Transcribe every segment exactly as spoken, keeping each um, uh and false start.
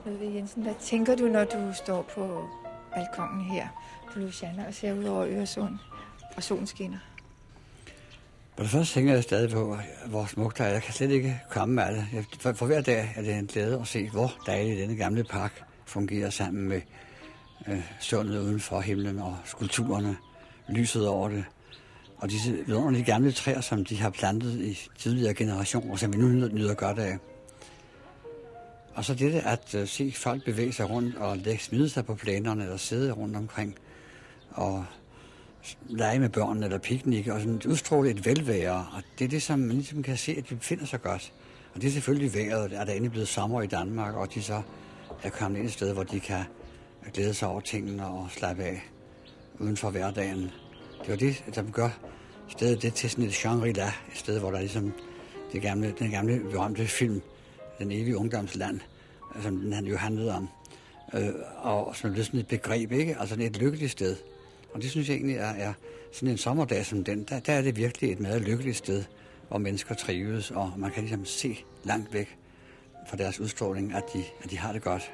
Knud V. Jensen, hvad tænker du, når du står på balkongen her på Louisiana og ser ud over Øresund og solen skinner? For det første tænker jeg stadig på, hvor smukt der er. Jeg kan slet ikke komme af det. For, for hver dag er det en glæde at se, hvor dejligt denne gamle park fungerer sammen med øh, sundet uden for himlen og skulpturerne, lyset over det. Og disse vidunderlige gamle træer, som de har plantet i tidligere generationer, som vi nu nyder godt af. Og så det at uh, se folk bevæge sig rundt og lægge, smide sig på plænerne eller sidde rundt omkring og lege med børn eller piknik og sådan udstråle et velvære. Og det er det, som man ligesom kan se, at de befinder sig godt. Og det er selvfølgelig vejret, at der endelig blevet sommer i Danmark, og de så er kommet ind et sted, hvor de kan glæde sig over tingene og slappe af uden for hverdagen. Det var det, der gør stedet det til sådan et Shangri-La, et sted, hvor der er ligesom det gamle, den gamle berømte film, Den evige ungdomsland, som den han jo handlede om, øh, og som er sådan et begreb, ikke? Altså et lykkeligt sted. Og det synes jeg egentlig er, er sådan en sommerdag som den, der, der er det virkelig et meget lykkeligt sted, hvor mennesker trives, og man kan ligesom se langt væk fra deres udstråling, at de, at de har det godt.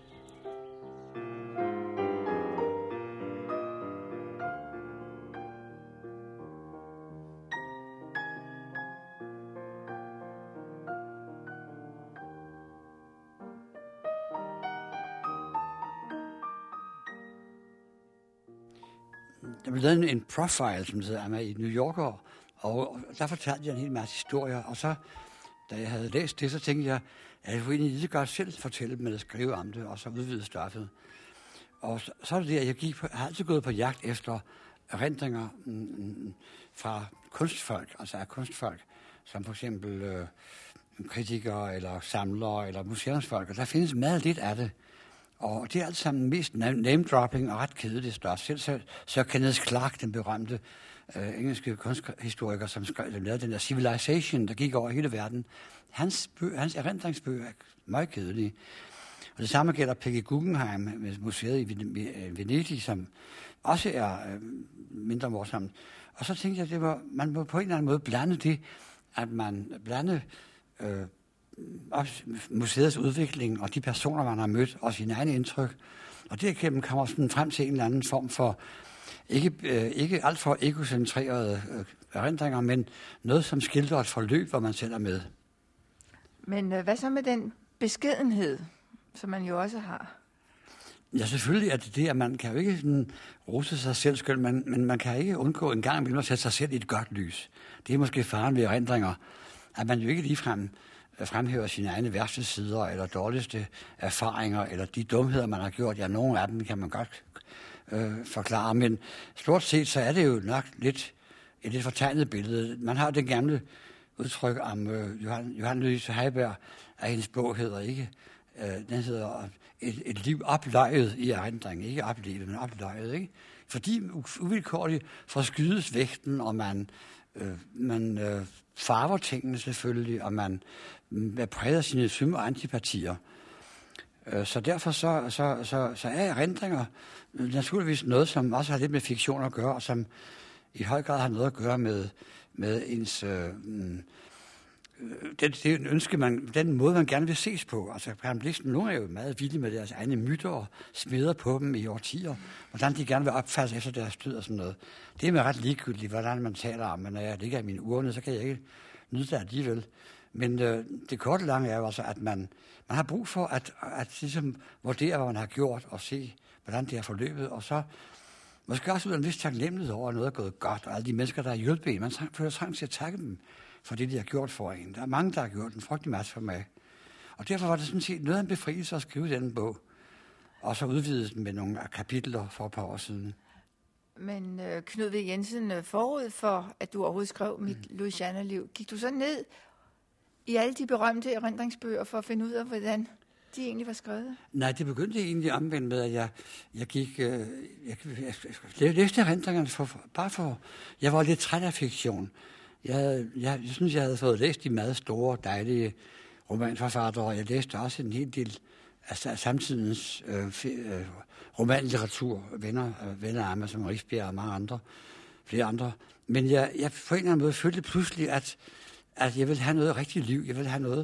Der blev lavet en profile, som hedder Emma, i New Yorker, og der fortalte jeg en hel masse historier, og så, da jeg havde læst det, så tænkte jeg, at jeg kunne egentlig lige godt selv fortælle dem, eller skrive om det, og så udvide stoffet. Og så, så er det det, at jeg, gik på, jeg har altid gået på jagt efter erindringer mm, fra kunstfolk, altså af kunstfolk, som for eksempel øh, kritikere, eller samlere, eller museumsfolk, og der findes meget lidt af det. Og det er alt sammen mest name-dropping og ret kedeligt stof. Selv så, så Kenneth Clark, den berømte øh, engelske kunsthistoriker, som skrev, som lavede den der Civilization, der gik over hele verden, hans, bøger, hans erindringsbøger er meget kedelige. Og det samme gælder Peggy Guggenheim med museet i Venedig, som også er øh, mindre morsomt. Og så tænkte jeg, at det var, man må på en eller anden måde blande det, at man blande øh, museets udvikling og de personer, man har mødt, og sine egne indtryk. Og derigennem kommer sådan frem til en eller anden form for, ikke, øh, ikke alt for egocentrerede øh, erindringer, men noget, som skildrer et forløb, hvor man selv er med. Men øh, hvad så med den beskedenhed, som man jo også har? Ja, selvfølgelig er det det, at man kan jo ikke sådan rose sig selv skønt, men, men man kan ikke undgå en gang imellem at sætte sig selv i et godt lys. Det er måske faren ved erindringer, at man jo ikke ligefrem fremhæver sine egne værste sider, eller dårligste erfaringer, eller de dumheder, man har gjort. Ja, nogle af dem kan man godt øh, forklare, men stort set så er det jo nok lidt et lidt fortegnet billede. Man har den gamle udtryk om øh, Johan, Johan Louise Heiberg, at hendes bog hedder ikke, øh, den hedder et, et liv opløjet i erindring, ikke oplevet, men opløjet, ikke? Fordi uvilkårligt forskydes vægten, og man Øh, man øh, farver tingene selvfølgelig, og man øh, præger sine sym- og antipatier. Øh, så derfor så, så, så, så er erindringer naturligvis noget, som også har lidt med fiktion at gøre, og som i høj grad har noget at gøre med, med ens... Øh, det, det er en ønske, man, den måde, man gerne vil ses på. Altså, Karen Blixen, nogle er jo meget vilde med deres egne myter og smeder på dem i årtier. Hvordan de gerne vil opfattes efter deres død og sådan noget. Det er med ret ligegyldigt, hvordan man taler om, men når jeg ligger i mine urne, så kan jeg ikke nyde det alligevel. Men øh, det korte lange er jo altså, at man, man har brug for at, at ligesom vurdere, hvad man har gjort, og se, hvordan det er forløbet, og så måske også ud af en vis taknemmelighed over, at noget er gået godt, og alle de mennesker, der er hjulpet en. Man føler trang til at takke dem for det, de har gjort for en. Der er mange, der har gjort en frygtelig masse for mig. Og derfor var det sådan set noget af en befrielse at skrive den bog, og så udvide den med nogle kapitler for et par år siden. Men øh, Knud V. Jensen, forud for, at du overhovedet skrev Mit mm. Louisiana-liv, gik du så ned i alle de berømte erindringsbøger for at finde ud af, hvordan de egentlig var skrevet? Nej, det begyndte egentlig omvendt med, at jeg, jeg gik... Øh, jeg, jeg, jeg læste erindringerne for, bare for... Jeg var lidt træt af fiktion. Jeg, jeg, jeg synes, jeg havde fået læst de meget store, dejlige romanforfattere, og jeg læste også en hel del af samtidens øh, øh, romanlitteratur, venner, øh, venner af mig, som Rifbjerg og mange andre, flere andre. Men jeg, jeg på en eller anden måde følte pludselig, at, at jeg ville have noget rigtigt liv. Jeg ville have noget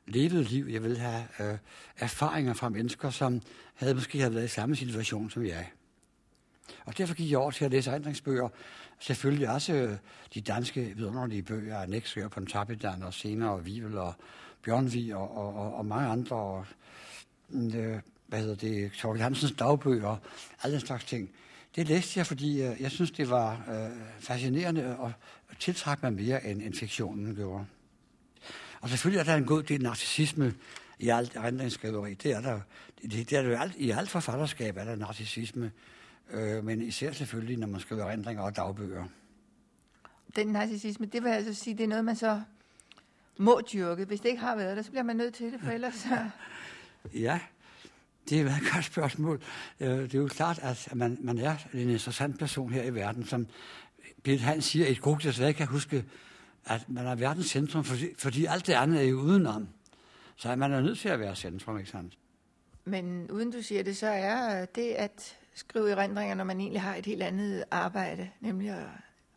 levet liv. Jeg ville have øh, erfaringer fra mennesker, som havde måske havde været i samme situation som jeg. Og derfor gik jeg over til at læse erindringsbøger. Selvfølgelig også øh, de danske vidunderlige bøger af Nexø og Pontoppidan og senere Wivel og Bjørnvig og, og, og, og mange andre. Og, øh, hvad hedder det? Thorkild Hansens dagbøger og alle den slags ting. Det læste jeg, fordi øh, jeg synes, det var øh, fascinerende og tiltrak mig mere, end, end fiktionen gjorde. Og selvfølgelig er der en god del narcissisme i alt erindringsskriveri. Det er der, det, det er der alt, i alt forfatterskab er der narcissisme, øh, men især selvfølgelig, når man skriver erindringer og dagbøger. Den narcissisme, det vil altså sige, det er noget, man så må dyrke. Hvis det ikke har været der, så bliver man nødt til det, for ellers så... Ja, det er et godt spørgsmål. Det er jo klart, at man, man er en interessant person her i verden, som Bill Hans siger i et gruppe, jeg slet kan huske, at man er verdens centrum, fordi, fordi alt det andet er jo udenom. Så man er nødt til at være centrum, ikke sandt? Men uden du siger det, så er det at skrive erindringer, når man egentlig har et helt andet arbejde, nemlig at,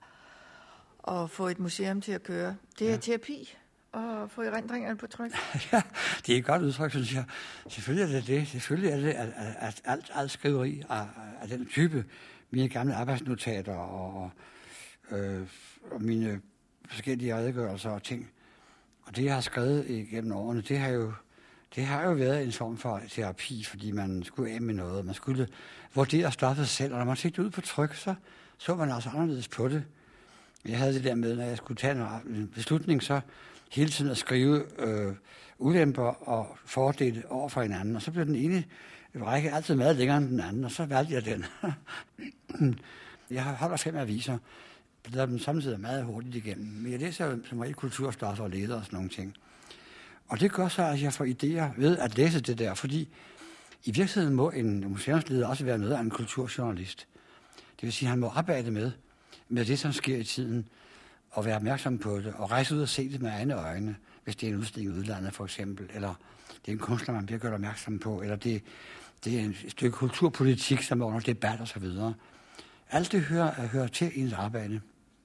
at få et museum til at køre. Det er ja. Terapi at få erindringerne på tryk. Ja, det er et godt udtryk, synes jeg. Selvfølgelig er det det. Selvfølgelig er det, at, at, at alt, alt skriveri af, af den type, mine gamle arbejdsnotater og, øh, og mine forskellige redegørelser og ting. Og det, jeg har skrevet igennem årene, det har jo, det har jo været en form for terapi, fordi man skulle af med noget. Man skulle vurdere stoffet selv, og når man fik det ud på tryk, så så man altså anderledes på det. Jeg havde det der med, når jeg skulle tage en beslutning, så hele tiden at skrive øh, ulemper og fordele over for hinanden. Og så blev den ene række altid meget længere end den anden, og så valgte jeg den. Jeg har holdt fem aviser, der dem samtidig meget hurtigt igennem. Men jeg læser jo som regel kulturstoffer og leder og sådan nogle ting. Og det gør så, at jeg får idéer ved at læse det der, fordi i virkeligheden må en museumsleder også være noget af en kulturjournalist. Det vil sige, at han må arbejde med, med det, som sker i tiden, og være opmærksom på det, og rejse ud og se det med egne øjne, hvis det er en udstilling i udlandet for eksempel, eller det er en kunstner, man bliver gjort opmærksom på, eller det, det er et stykke kulturpolitik, som er under debat og så videre. Alt det hører, hører til i ens arbejde.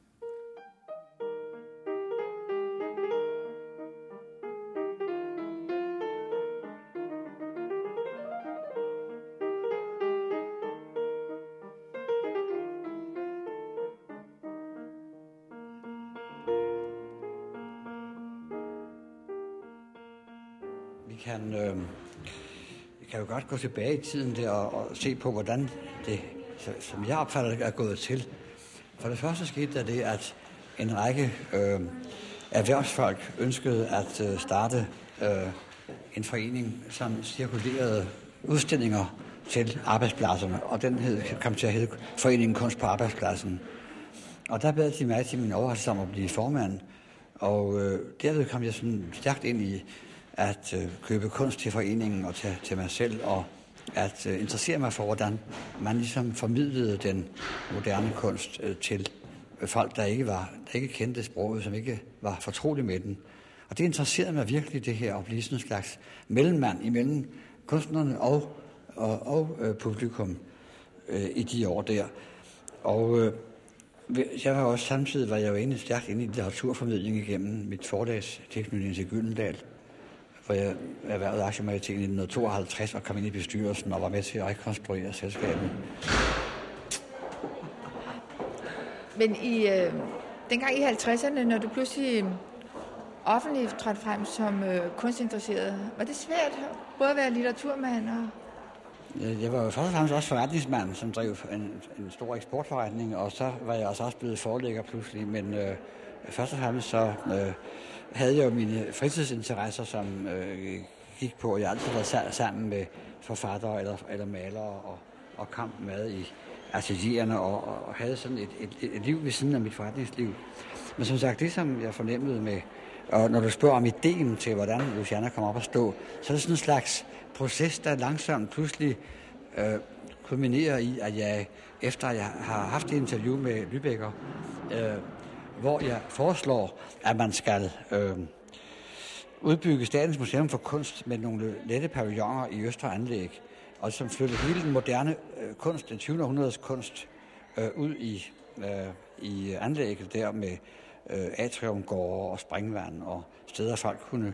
Vi kan, øh, vi kan jo godt gå tilbage i tiden der og, og se på, hvordan det, som jeg opfatter, er gået til. For det første skete der det, at en række øh, erhvervsfolk ønskede at øh, starte øh, en forening, som cirkulerede udstillinger til arbejdspladserne, og den hed, kom til at hedde Foreningen Kunst på Arbejdspladsen. Og der bad de mig til min overraskelse om at blive formand, og øh, derved kom jeg sådan stærkt ind i at øh, købe kunst til foreningen og til, til mig selv, og at øh, interessere mig for, hvordan man ligesom formidlede den moderne kunst øh, til øh, folk, der ikke, var, der ikke kendte sproget, som ikke var fortrolige med den. Og det interesserede mig virkelig, det her, at blive sådan en slags mellemmand imellem kunstnerne og, og, og øh, publikum øh, i de år der. Og øh, jeg var også samtidig, var jeg jo inde, stærkt inde i litteraturformidling igennem mit fordagstilknytning til Gyldendal, hvor jeg erhvervede aktiemajoriteten i nitten tooghalvtreds og kom ind i bestyrelsen og var med til at rekonstruere selskabet. Men i, øh, dengang i halvtredserne, når du pludselig offentligt trådte frem som øh, kunstinteresseret, var det svært både at være litteraturmand og... Jeg var jo først og fremmest også forretningsmand, som drev en, en stor eksportforretning, og så var jeg også blevet forlægger pludselig, men øh, først og fremmest så... Øh, havde jeg jo mine fritidsinteresser, som øh, gik på, jeg har altid været sammen med forfattere eller, eller malere og, og kom med i atelierne og, og havde sådan et, et, et liv ved siden af mit forretningsliv. Men som sagt, det som jeg fornemmede med, og når du spørger om ideen til, hvordan Louisiana kommer op at stå, så er det sådan en slags proces, der langsomt pludselig øh, kulminerer i, at jeg, efter jeg har haft et interview med Lübecker, øh, hvor jeg foreslår, at man skal øh, udbygge Statens Museum for Kunst med nogle lette pavilloner i Østre Anlæg, og som flytter hele den moderne øh, kunst, den tyvende århundredes kunst, øh, ud i, øh, i anlægget der med øh, atriumgårde og springvand og steder, folk kunne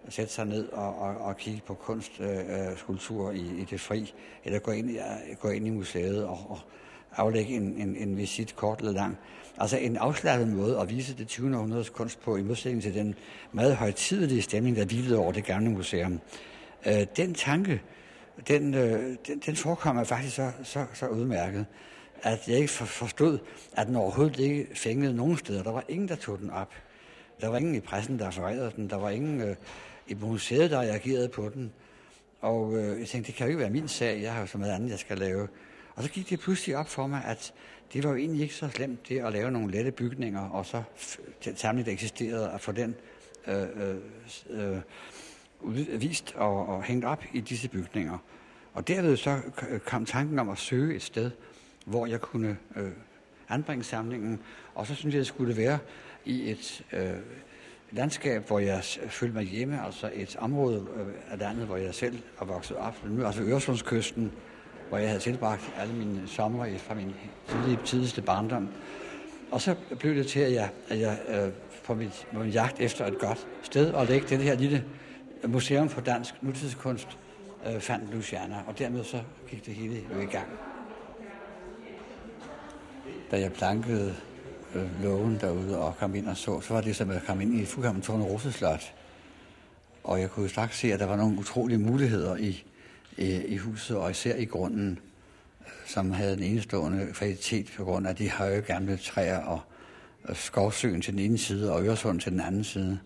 sætte sig ned og, og, og kigge på kunst, øh, skulptur i, i det fri, eller gå ind, gå ind i museet og, og aflægge en, en, en visit kort eller lang. Altså en afslappet måde at vise det tyvende århundredes kunst på, i modsætning til den meget højtidelige stemning, der hvilede over det gamle museum. Øh, den tanke, den, øh, den, den forekommer faktisk så, så, så udmærket, at jeg ikke forstod, at den overhovedet ikke fængede nogen steder. Der var ingen, der tog den op. Der var ingen i pressen, der refererede den. Der var ingen øh, i museet, der reagerede på den. Og øh, jeg tænkte, det kan jo ikke være min sag. Jeg har jo så meget andet, jeg skal lave. Og så gik det pludselig op for mig, at det var jo egentlig ikke så slemt, det at lave nogle lette bygninger, og så samlet eksisterede, at få den øh, øh, øh, vist og, og hængt op i disse bygninger. Og derved så kom tanken om at søge et sted, hvor jeg kunne øh, anbringe samlingen, og så synes jeg, det skulle være i et øh, landskab, hvor jeg følte mig hjemme, altså et område øh, af landet, hvor jeg selv er vokset op, altså Øresundskysten, hvor jeg havde tilbragt alle mine somre fra min tidlige, tidligste barndom. Og så blev det til, at jeg, at jeg øh, på, mit, på min jagt efter et godt sted at lægge det her lille museum for dansk nutidskunst øh, fandt Louisiana, og dermed så gik det hele jo i gang. Da jeg plankede øh, lågen derude og kom ind og så, så var det som at komme ind i fuldkommen Tornerose Slot. Og jeg kunne straks se, at der var nogle utrolige muligheder i, i, i huset, og især i grunden, øh, som havde en enestående kvalitet på grund af de høje gamle træer og, og skovsøen til den ene side og Øresund til den anden side.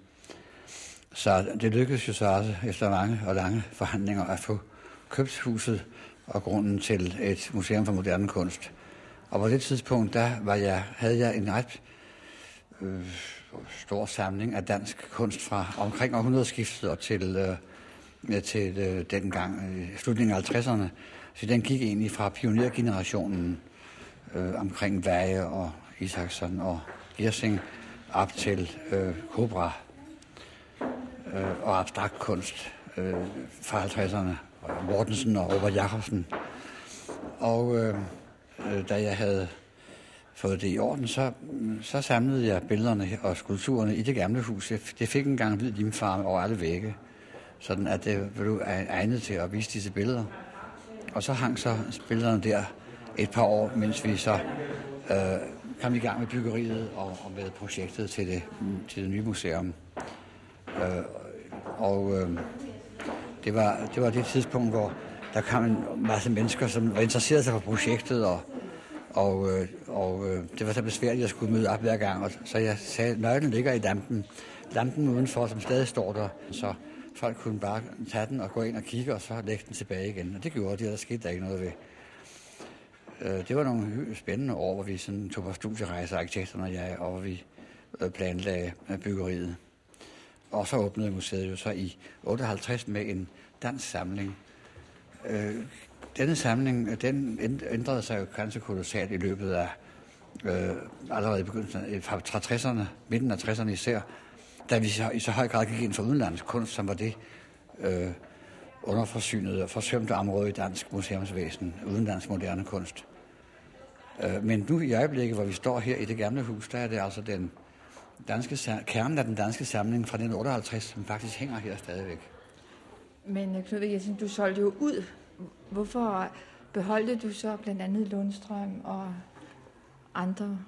Så det lykkedes jo så også efter mange og lange forhandlinger at få købt huset og grunden til et museum for moderne kunst. Og på det tidspunkt, der var jeg, havde jeg en ret øh, stor samling af dansk kunst fra omkring århundredeskiftet og til, øh, til øh, dengang, øh, slutningen af halvtredserne. Så den gik egentlig fra pionergenerationen øh, omkring Vage og Isaksson og Gersing op til øh, Cobra øh, og abstrakt kunst øh, fra halvtredserne, Mortensen og Robert Jacobsen. Og øh, da jeg havde fået det i orden, så, så samlede jeg billederne og skulpturerne i det gamle hus. Det fik engang hvid limfarve over alle vægge, sådan at det blev egnet til at vise disse billeder. Og så hang så billederne der et par år, mens vi så øh, kom i gang med byggeriet og, og med projektet til det, til det nye museum. Øh, og øh, det, var, det var det tidspunkt, hvor der kom en masse mennesker, som var interesseret sig for projektet, og, og, og det var så besværligt at skulle møde op hver gang. Og så jeg sagde, at nøglen ligger i lampen. Lampen udenfor, som stadig står der, så folk kunne bare tage den og gå ind og kigge, og så lægge den tilbage igen. Og det gjorde de, og der skete der ikke noget ved. Det var nogle spændende år, hvor vi sådan tog på studierejser, arkitekterne og jeg, og hvor vi planlagde byggeriet. Og så åbnede museet jo så i otteoghalvtreds med en dansk samling. Øh, denne samling, den ændrede sig jo ganske kolossalt i løbet af øh, allerede i begyndelsen fra tresserne, midten af tresserne især, da vi så, i så høj grad gik ind for udenlandsk kunst, som var det øh, underforsynede og forsømte område i dansk museumsvæsen, udenlandsk moderne kunst. Øh, men nu i øjeblikket, hvor vi står her i det gamle hus, der er det altså den danske, kernen af den danske samling fra nitten otteoghalvtreds, som faktisk hænger her stadigvæk. Men Knud V. Jensen, du solgte jo ud. Hvorfor beholdte du så blandt andet Lundstrøm og andre?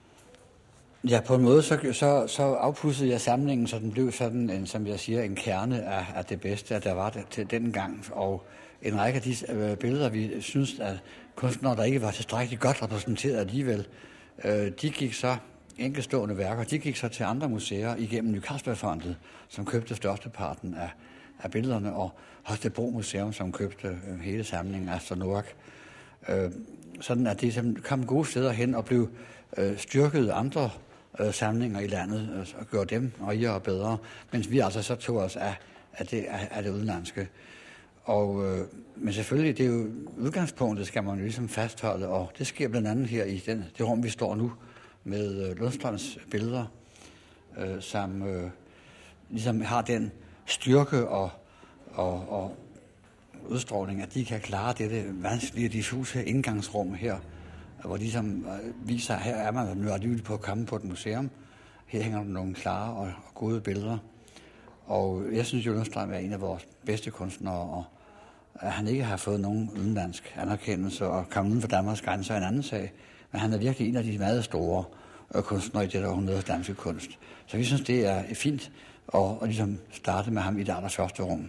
Ja, på en måde så, så, så afpudsede jeg samlingen, så den blev sådan, en, som jeg siger, en kerne af, af det bedste, at der var det til den gang. Og en række af de øh, billeder, vi synes, at kunstnere, der ikke var tilstrækkeligt godt repræsenteret alligevel, øh, de gik så, enkeltstående værker, de gik så til andre museer igennem Ny Carlsbergfondet, som købte størsteparten af af billederne, og Holstebro Museum, som købte øh, hele samlingen af Astor Noack. Øh, sådan at det kom gode steder hen og blev øh, styrket andre øh, samlinger i landet, øh, og gjorde dem rigere og bedre, mens vi altså så tog os af, af, det, af, af det udenlandske. Og, øh, men selvfølgelig, det er jo udgangspunktet, skal man jo ligesom fastholde, og det sker blandt andet her i den, det rum, vi står nu, med øh, Lundstrøms billeder, øh, som øh, ligesom har den styrke og, og, og udstråling, at de kan klare dette vanskelige, diffuse indgangsrum her, hvor de som viser, at her er man nu alligevel på at komme på et museum. Her hænger der nogle klare og, og gode billeder. Og jeg synes, Jonas Strøm er en af vores bedste kunstnere, og at han ikke har fået nogen udenlandsk anerkendelse og kommet uden for Danmarks grænser er en anden sag. Men han er virkelig en af de meget store kunstnere i det århundrede danske kunst. Så vi synes, det er fint at, at ligesom starte med ham i det allerførste rum.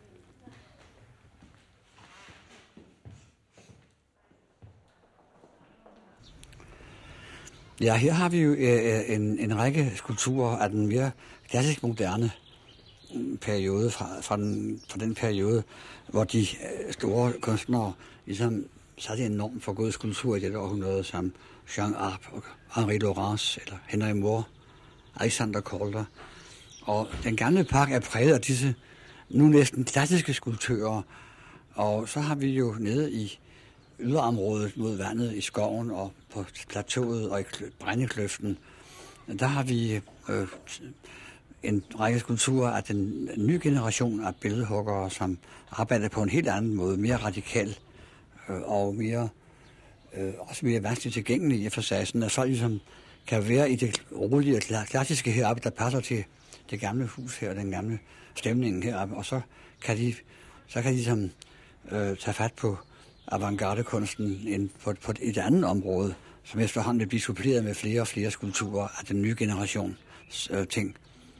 Ja, her har vi jo en, en række skulpturer af den mere klassisk moderne periode, fra, fra, den, fra den periode, hvor de store kunstnere ligesom satte en norm for god skulptur i dette århundrede, som Jean Arp og Henri Laurence eller Henry Moore, Alexander Calder. Og den gamle park er præget af disse nu næsten klassiske skulptører, og så har vi jo nede i yderområdet mod vandet i skoven og på plateauet og i Brændekløften, der har vi øh, en række skulpturer af den nye generation af billedhuggere, som arbejder på en helt anden måde, mere radikal øh, og mere, øh, også mere vanskeligt tilgængelig i for sig, sådan at folk ligesom kan være i det rolige og klassiske heroppe, der passer til det gamle hus her, den gamle stemningen heroppe, og så kan de, så kan de ligesom øh, tage fat på avantgardekunsten på, på et andet område, som efterhånden vil blive suppleret med flere og flere skulpturer af den nye generations øh, ting.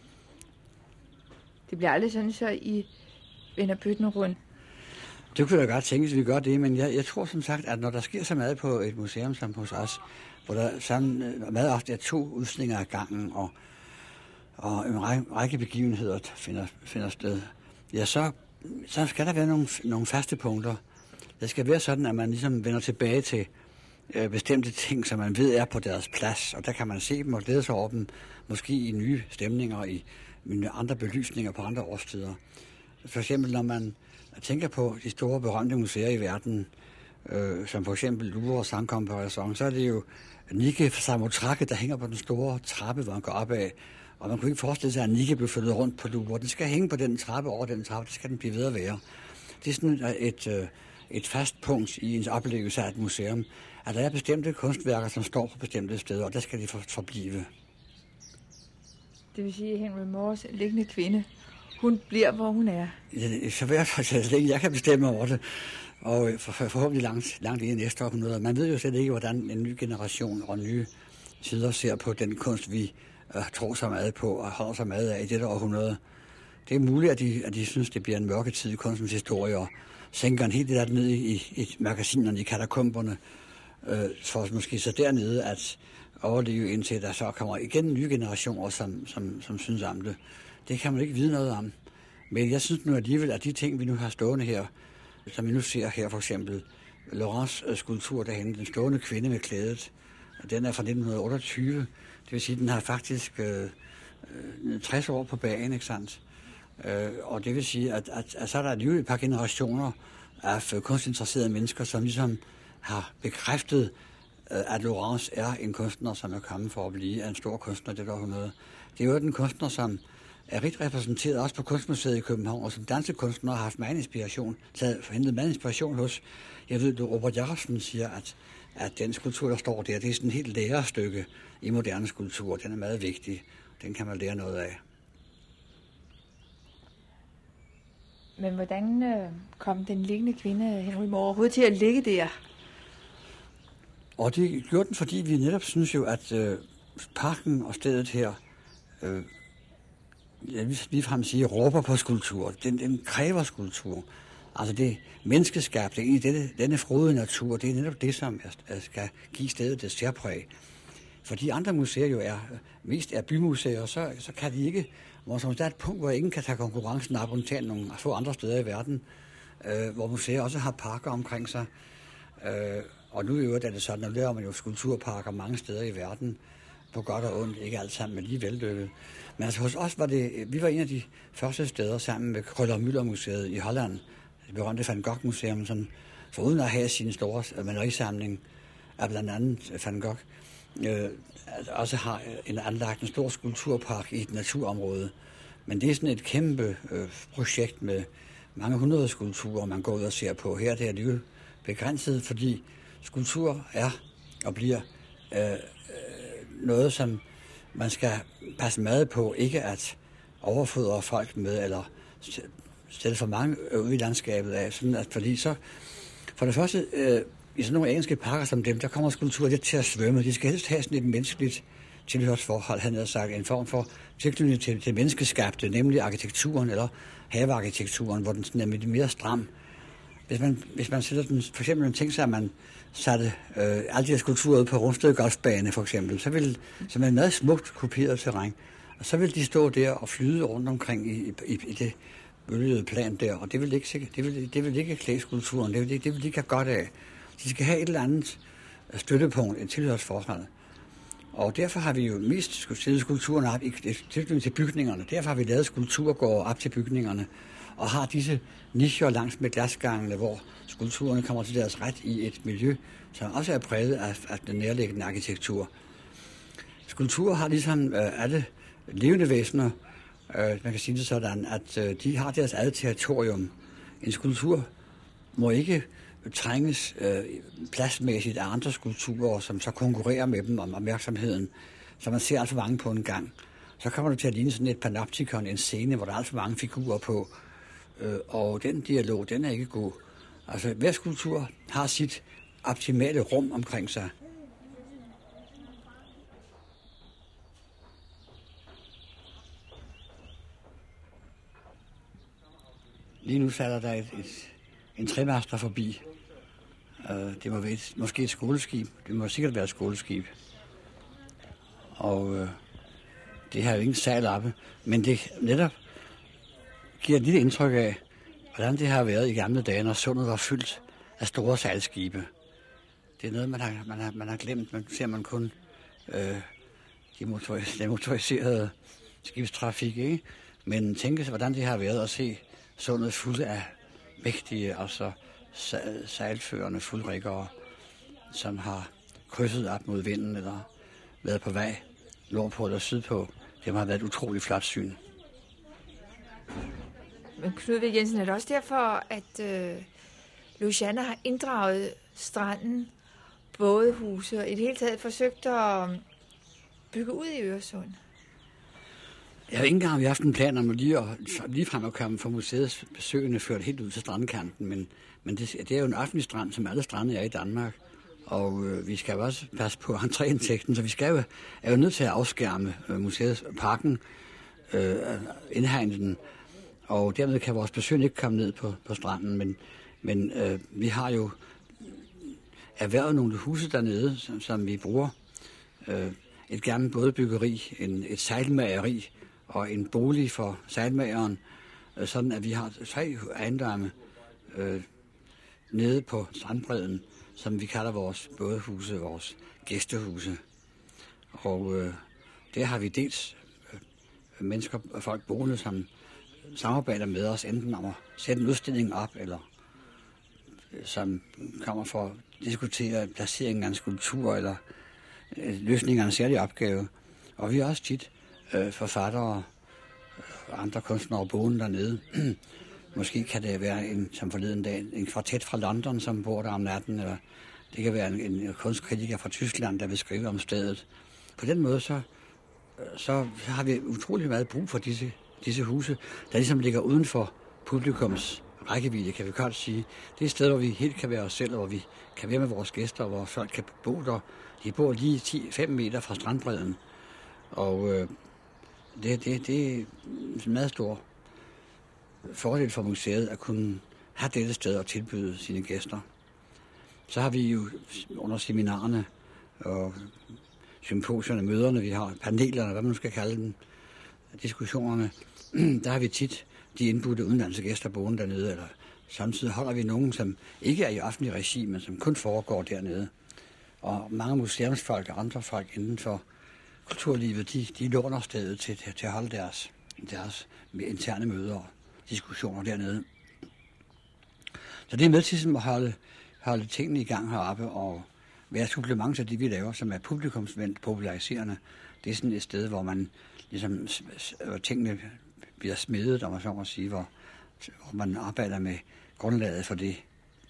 Det bliver aldrig sådan, så I vender bøtten rundt. Det kunne da godt tænkes, at vi gør det, men jeg, jeg tror som sagt, at når der sker så meget på et museum som hos os, hvor der sådan meget ofte er to udstillinger ad gangen, og, og en række, række begivenheder finder, finder sted, ja, så, så skal der være nogle, nogle faste punkter. Det skal være sådan, at man ligesom vender tilbage til øh, bestemte ting, som man ved er på deres plads, og der kan man se dem og glæde sig over dem, måske i nye stemninger, i andre belysninger på andre årstider. For eksempel, når man tænker på de store berømte museer i verden, øh, som for eksempel Louvre og Saint-Comparaison, så er det jo Nike Samothrake, der hænger på den store trappe, hvor man går opad. Og man kunne ikke forestille sig, at Nike blev flyttet rundt på Louvre. Den skal hænge på den trappe over den trappe, det skal den blive ved at være. Det er sådan et, et, et fast punkt i ens oplevelse af et museum, at der er bestemte kunstværker, som står på bestemte steder, og der skal de for, forblive. Det vil sige, at Henry Moores liggende kvinde, hun bliver, hvor hun er. Ja, så hvert fald så længe jeg kan bestemme over det, og for, for, forhåbentlig langt, langt i næste århundrede. Man ved jo slet ikke, hvordan en ny generation og nye sider ser på den kunst, vi uh, tror så meget på og holder så meget af i dette århundrede. Det er muligt, at de, at de synes, det bliver en mørke tid i kunstens historie, og sænker en helt det der ned i, i magasinerne, i katakomberne, uh, for måske så dernede at overleve, indtil der så kommer igen nye generationer, som, som, som synes om det. Det kan man ikke vide noget om. Men jeg synes nu alligevel, at de ting, vi nu har stående her, som vi nu ser her for eksempel, Laurents skulptur derhenne, den stående kvinde med klædet, den er fra nitten otteogtyve. Det vil sige, at den har faktisk øh, tres år på bagen, ikke sandt? Øh, og det vil sige, at, at, at så er der alligevel et par generationer af kunstinteresserede mennesker, som ligesom har bekræftet, at Laurence er en kunstner, som er kommet for at blive en stor kunstner i dette århundrede. Det er jo den kunstner, som er rigt repræsenteret også på Kunstmuseet i København, og som danske kunstnere har haft meget inspiration, taget forhentet meget inspiration hos. Jeg ved, at Robert Jacobsen siger, at, at den skulptur, der står der, det er sådan et helt lærestykke i moderne skulptur. Den er meget vigtig. Den kan man lære noget af. Men hvordan øh, kom den liggende kvinde, Henry Moore, overhovedet til at ligge der? Og det gjorde den, fordi vi netop synes jo, at øh, parken og stedet her, øh, jeg vil ligefrem sige, råber på skulptur. Den, den kræver skulptur. Altså det menneskeskabte i denne, denne frode natur, det er netop det, som er, skal give stedet det særpræg. For de andre museer jo er, mest er bymuseer, så, så kan de ikke, hvor der er et punkt, hvor ingen kan tage konkurrencen op og tage nogle få andre steder i verden, øh, hvor museer også har parker omkring sig. Øh, og nu i øvrigt er det sådan, at nu laver man jo skulpturparker mange steder i verden, på godt og ondt, ikke alt sammen, men lige vellykket. Men altså hos os var det, vi var en af de første steder sammen med Krøller-Müller-museet i Holland, det berømte Van Gogh-museum, som foruden at have sin store malerisamling af blandt andet Van Gogh, øh, også har en anlagt en stor skulpturpark i et naturområde. Men det er sådan et kæmpe øh, projekt med mange hundrede skulpturer, man går ud og ser på. Her det er det jo begrænset, fordi skulptur er og bliver øh, noget, som man skal passe meget på, ikke at, overfodre folk med, eller stille for mange ud i landskabet af. Sådan at, fordi så, for det første, øh, i sådan nogle engelske parker som dem, der kommer skulpturer lidt til at svømme. De skal helst have sådan et menneskeligt tilhørsforhold, han havde sagt, en form for tilknytning til det menneskeskabte, nemlig arkitekturen eller havearkitekturen, hvor den sådan er lidt mere stram. Hvis man, hvis man sætter den, for eksempel man tænker sig, at man satte øh, alle de her skulpturer ud på Rungsted Golfbane, for eksempel, så vil så med en meget smukt kopieret terræn, og så vil de stå der og flyde rundt omkring i, i, i det bølgede plan der, og det vil ikke sikkert, det vil, det vil ikke klæde skulpturen, det vil, det vil de ikke have godt af. De skal have et eller andet støttepunkt, et tilhørsforhold. Og derfor har vi jo mest stillet skulpturen op i tilknytning til bygningerne. Derfor har vi lavet skulpturgårde op til bygningerne, og har disse nicher langs med glasgangene, hvor skulpturerne kommer til deres ret i et miljø, som også er præget af, af den nærliggende arkitektur. Skulpturer har ligesom øh, alle levende væsener, øh, man kan sige det sådan, at øh, de har deres eget territorium. En skulptur må ikke trænges øh, pladsmæssigt af andre skulpturer, som så konkurrerer med dem om opmærksomheden, så man ser alt for mange på en gang. Så kommer det til at ligne sådan et panoptikon, en scene, hvor der er alt for mange figurer på, øh, og den dialog, den er ikke god. Altså, hver skulptur har sit optimale rum omkring sig. Lige nu falder der et, et, en tremaster forbi. Uh, det må være et, måske et skoleskib. Det må sikkert være et skoleskib. Og uh, det har jo ingen sejl oppe. Men det netop giver et lille indtryk af, hvordan det har været i gamle dage, når sundet var fyldt af store sejlskibe. Det er noget, man har, man har, man har glemt. Man ser man kun uh, de motoris- den motoriserede skibstrafik, ikke? Men tænk sig, hvordan det har været at se sundet fuldt af mægtige, altså sejlførende fuldriggere, som har krydset op mod vinden eller været på vej nordpå eller sydpå. Det har været et utroligt flot syn. Men Knud V. Jensen, er det også derfor, at øh, Louisiana har inddraget stranden, bådehuse og i det hele taget forsøgt at bygge ud i Øresund? Jeg har ikke engang haft en plan om at lige, at, lige frem at komme fra museets besøgende ført helt ud til strandkanten, men, men det, det er jo en offentlig strand, som alle strande er i Danmark, og øh, vi skal jo også passe på entréindtægten, så vi skal jo, er jo nødt til at afskærme øh, museets parken, øh, indhegne den, og dermed kan vores besøgende ikke komme ned på, på stranden, men, men øh, vi har jo erhvervet nogle huse dernede, som, som vi bruger. Øh, et gammelt bådebyggeri, en, et sejlmageri, og en bolig for sejlmageren, sådan at vi har tre ejendomme øh, nede på strandbredden, som vi kalder vores bådehuse, vores gæstehuse. Og øh, der har vi dels øh, mennesker og folk boende, som samarbejder med os, enten om at sætte en udstilling op, eller øh, som kommer for at diskutere placeringen af en skulptur, eller øh, løsningen af en særlig opgave. Og vi har også tit øh, forfattere og andre kunstnere boende dernede. Måske kan det være en, som forleden dag, en kvartet fra London, som bor der om natten, eller det kan være en, en kunstkritiker fra Tyskland, der vil skrive om stedet. På den måde, så, så har vi utrolig meget brug for disse, disse huse, der ligesom ligger uden for publikums rækkevidde, kan vi godt sige. Det er et sted, hvor vi helt kan være os selv, og hvor vi kan være med vores gæster, hvor folk kan bo der. De bor lige ti til fem meter fra strandbredden. Og øh, det, det, det er en meget stor fordel for museet at kunne have dette sted og tilbyde sine gæster. Så har vi jo under seminarerne og symposierne, møderne, vi har panelerne, hvad man nu skal kalde dem, diskussionerne, der har vi tit de indbudte udenlandske gæster boende dernede, eller samtidig holder vi nogen, som ikke er i offentlig regi, men som kun foregår dernede. Og mange museumsfolk og andre folk inden for kulturlivet, de, de låner stedet til, til, til at holde deres, deres interne møder og diskussioner dernede. Så det er med til at holde, holde tingene i gang heroppe og være supplement til det, vi laver, som er publikumsvendt, populariserende. Det er sådan et sted, hvor man ligesom, hvor tingene bliver smedet, om man så må sige, hvor, hvor man arbejder med grundlaget for det,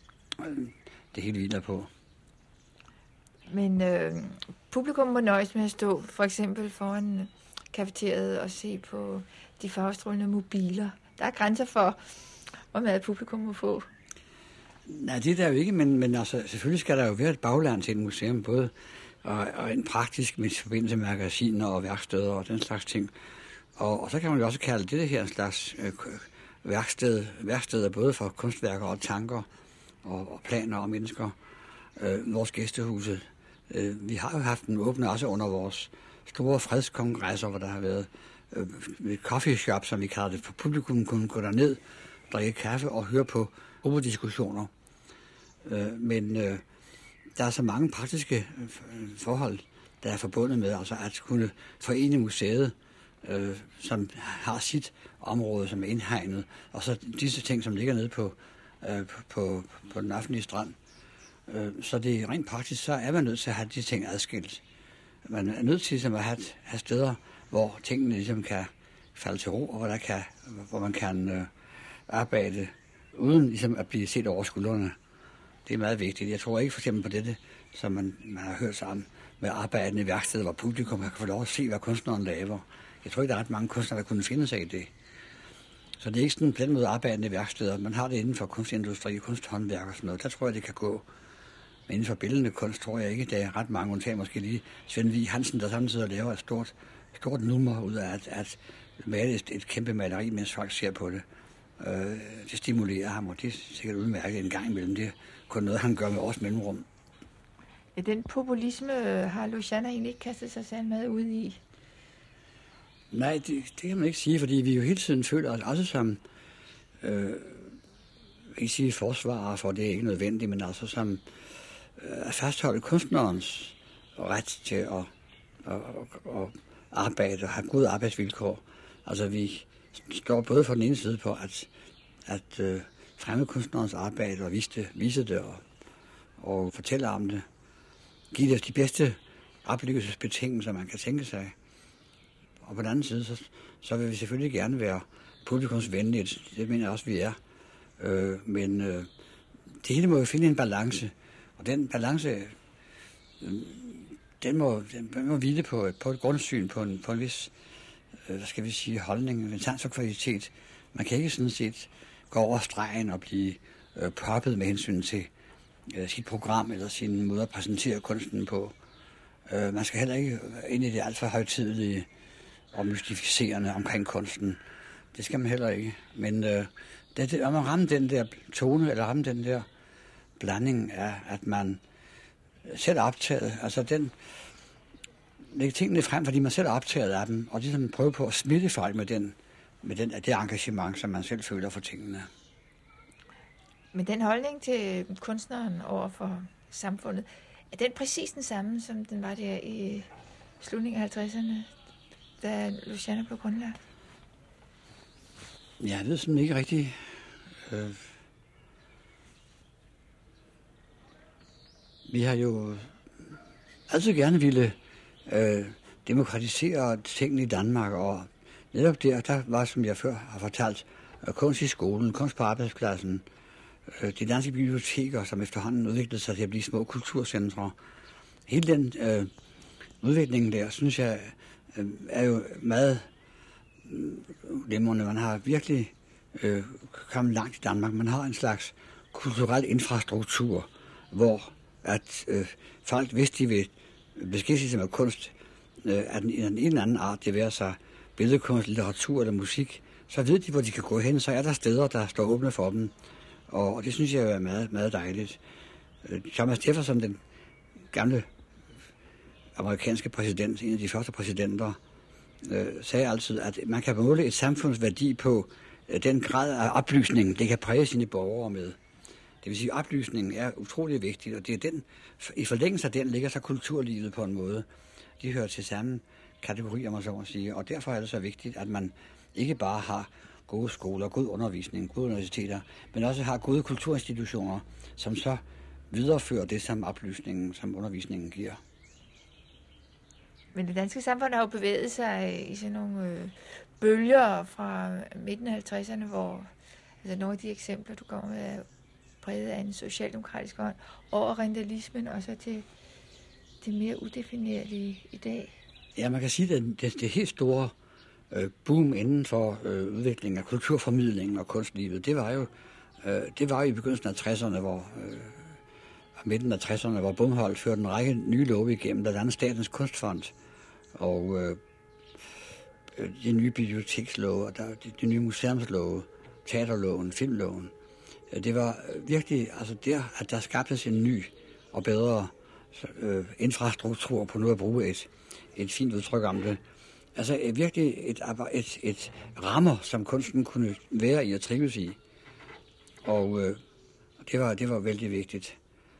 det hele hviler på. Men øh, publikum må nøjes med at stå for eksempel foran kafeteriet og se på de farvestrålende mobiler. Der er grænser for, hvor meget publikum må få. Nej, det er der jo ikke, men, men altså, selvfølgelig skal der jo være et bagland til et museum, både og, og en praktisk med forbindelse med magasiner og værksteder og den slags ting. Og, og så kan man jo også kalde det her en slags øh, værksted, værksteder, både for kunstværker og tanker og, og planer og mennesker. Øh, vores gæstehuse. Øh, vi har jo haft den åbne også under vores store fredskongresser, hvor der har været øh, coffee shop, som vi kalder det, for publikum kunne gå derned, drikke kaffe og høre på gruppediskussioner. Øh, men øh, der er så mange praktiske forhold, der er forbundet med altså at kunne forene museet, øh, som har sit område, som er indhegnet, og så disse ting, som ligger nede på, øh, på, på den offentlige strand. Øh, så det er rent praktisk, så er man nødt til at have de ting adskilt. Man er nødt til at have, have steder, hvor tingene ligesom kan falde til ro, og hvor, der kan, hvor man kan øh, arbejde uden ligesom at blive set over skuldrene. Det er meget vigtigt. Jeg tror ikke for eksempel på dette, som man, man har hørt sammen med arbejdende værksteder, hvor publikum kan få lov at se, hvad kunstneren laver. Jeg tror ikke, der er ret mange kunstnere, der kunne finde sig i det. Så det er ikke sådan på den måde arbejdende værksteder. Man har det inden for kunstindustri, kunsthåndværk og sådan noget. Der tror jeg, det kan gå. Men inden for bildende kunst tror jeg ikke, der er ret mange undtagen. Måske lige Svend Vig Hansen, der samtidig laver et stort, stort nummer ud af at, at male et, et kæmpe maleri, mens folk ser på det. Øh, det stimulerer ham, og det er sikkert udmærket en gang imellem. Det er kun noget, han gør med vores mellemrum. Ja, den populisme har Louisiana egentlig ikke kastet sig selv med ud i? Nej, det, det kan man ikke sige, fordi vi jo hele tiden føler os også som, øh, ikke sige forsvarer, for det er ikke nødvendigt, men altså som øh, at fastholde kunstnerens ret til at, at, at, at arbejde og have gode arbejdsvilkår. Altså vi står både for den ene side på at, at øh, fremme kunstnerens arbejde og vise det, vise det og, og fortælle om det. Give det de bedste oplevelsesbetingelser, man kan tænke sig. Og på den anden side, så, så vil vi selvfølgelig gerne være publikumsvenlige. Det mener jeg også, vi er. Øh, men øh, det hele må jo finde en balance. Og den balance, øh, den, må, den må hvile på, på et grundsyn, på en, på en vis, øh, hvad skal vi sige, holdning, en sans og kvalitet. Man kan ikke sådan set gå over stregen og blive øh, poppet med hensyn til øh, sit program eller sin måde at præsentere kunsten på. Øh, man skal heller ikke ind i det alt for højtidelige og mystificerende omkring kunsten. Det skal man heller ikke. Men øh, det, det, om man rammer den der tone, eller rammer den der blanding af, at man selv er optaget, altså den, lægger tingene frem, fordi man selv er optaget af dem, og ligesom prøver på at smitte folk med, den, med den, det engagement, som man selv føler for tingene. Men den holdning til kunstneren over for samfundet, er den præcis den samme, som den var der i slutningen af halvtredserne, da Louisiana blev grundlagt? Jeg ved sådan ikke rigtigt. Øh, vi har jo altid gerne ville øh, demokratisere tingene i Danmark, og netop der, der var, som jeg før har fortalt, kunst i skolen, kunst på arbejdspladsen, øh, de danske biblioteker, som efterhånden udviklede sig til at blive små kulturcentre. Hele den øh, udvikling der, synes jeg, øh, er jo meget glimrende. Man har virkelig øh, kommet langt i Danmark. Man har en slags kulturel infrastruktur, hvor at øh, folk, hvis de vil beskæftige sig med kunst øh, af den, en eller anden art, det vil sig billedkunst, litteratur eller musik, så ved de, hvor de kan gå hen. Så er der steder, der står åbne for dem. Og, og det synes jeg er meget, meget dejligt. Øh, Thomas Jefferson, den gamle amerikanske præsident, en af de første præsidenter, øh, sagde altid, at man kan måle et samfunds værdi på øh, den grad af oplysning, det kan præge sine borgere med. Det vil sige, at oplysningen er utrolig vigtig, og det er den, i forlængelse af den ligger så kulturlivet på en måde. De hører til samme kategorier, man så må sige, og derfor er det så vigtigt, at man ikke bare har gode skoler, god undervisning, gode universiteter, men også har gode kulturinstitutioner, som så viderefører det, som oplysningen, som undervisningen giver. Men det danske samfund har jo bevæget sig i sådan nogle øh, bølger fra midten af halvtredserne, hvor altså nogle af de eksempler, du kommer med, er præget af en socialdemokratisk hånd, over orientalismen og så til det mere udefinerlige i dag. Ja, man kan sige, at det, det, det helt store øh, boom inden for øh, udviklingen af kulturformidlingen og kunstlivet, det var jo øh, det var jo i begyndelsen af tresserne, hvor øh, midten af tresserne, hvor Bomholt førte en række nye love igennem, blandt andet Statens Kunstfond og øh, de nye bibliotekslove, og der, de, de nye museumslove, teaterloven, filmloven. Det var virkelig, altså der, at der skabtes en ny og bedre øh, infrastruktur, på nu at bruge et, et fint udtryk om det. Altså virkelig et, et, et rammer, som kunsten kunne være i og trives i. Og øh, det, var, det var vældig vigtigt.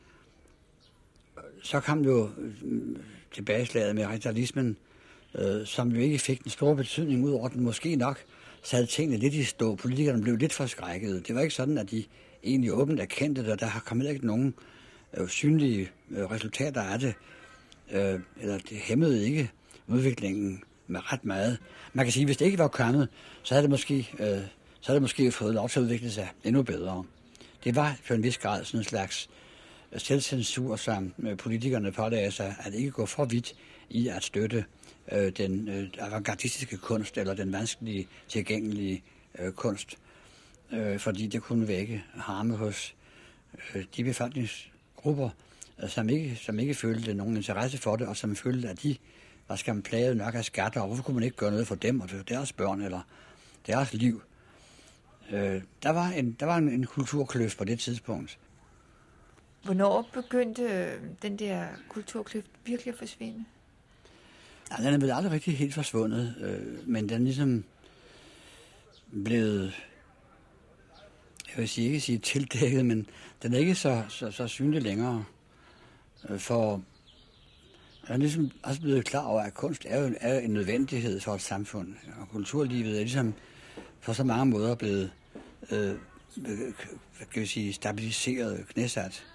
Så kom jo øh, tilbageslaget med radikalismen, øh, som jo ikke fik den store betydning, ud over den måske nok satte tingene lidt i stå. Politikerne blev lidt forskrækkede. Det var ikke sådan, at de egentlig åbent erkendte det, og der har kommet ikke nogen øh, synlige øh, resultater af det. Øh, eller det hæmmede ikke udviklingen med ret meget. Man kan sige, at hvis det ikke var kommet, så havde det måske, øh, så havde det måske fået lov til at udvikle sig endnu bedre. Det var for en vis grad sådan en slags selvcensur, som øh, politikerne pålagde sig, at ikke gå for vidt i at støtte øh, den øh, avantgardistiske kunst, eller den vanskelige, tilgængelige øh, kunst. Øh, fordi det kunne vække harme hos øh, de befolkningsgrupper, øh, som, ikke, som ikke følte nogen interesse for det, og som følte, at de var skam plaget nok af skatter, og hvorfor kunne man ikke gøre noget for dem og deres børn, eller deres liv. Øh, der var, en, der var en, en kulturkløft på det tidspunkt. Hvornår begyndte den der kulturkløft virkelig at forsvinde? Ja, den er vel aldrig rigtig helt forsvundet, øh, men den er ligesom blevet, jeg vil sige, ikke sige tildækket, men den er ikke så, så, så synlig længere. Øh, for jeg er ligesom også blevet klar over, at kunst er jo er en nødvendighed for et samfund, og kulturlivet er ligesom på så mange måder blevet øh, kan vi sige, stabiliseret, knæsat.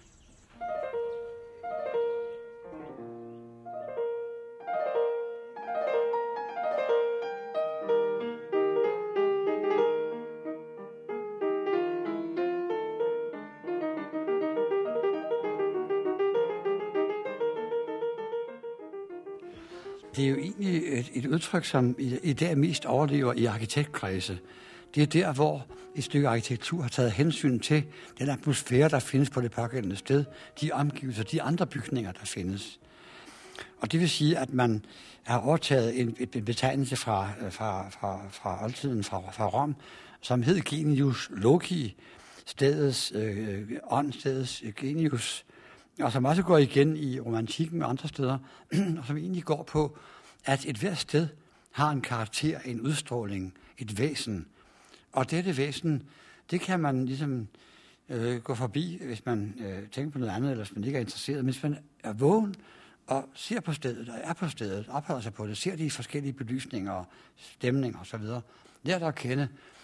Det er jo egentlig et, et udtryk, som i, i dag mest overlever i arkitektkredse. Det er der, hvor et stykke arkitektur har taget hensyn til den atmosfære, der findes på det pågældende sted, de omgivelser, de andre bygninger, der findes. Og det vil sige, at man har overtaget en, en betegnelse fra, fra, fra, fra oldtiden, fra, fra Rom, som hed genius loci, stedets øh, ånd, stedets øh, genius, og som også går igen i romantikken og andre steder, og som egentlig går på, at et hvert sted har en karakter, en udstråling, et væsen. Og dette væsen, det kan man ligesom øh, gå forbi, hvis man øh, tænker på noget andet, eller hvis man ikke er interesseret. Men hvis man er vågen og ser på stedet, og er på stedet, opholder sig på det, ser de forskellige belysninger og stemninger osv., lærer der at kende,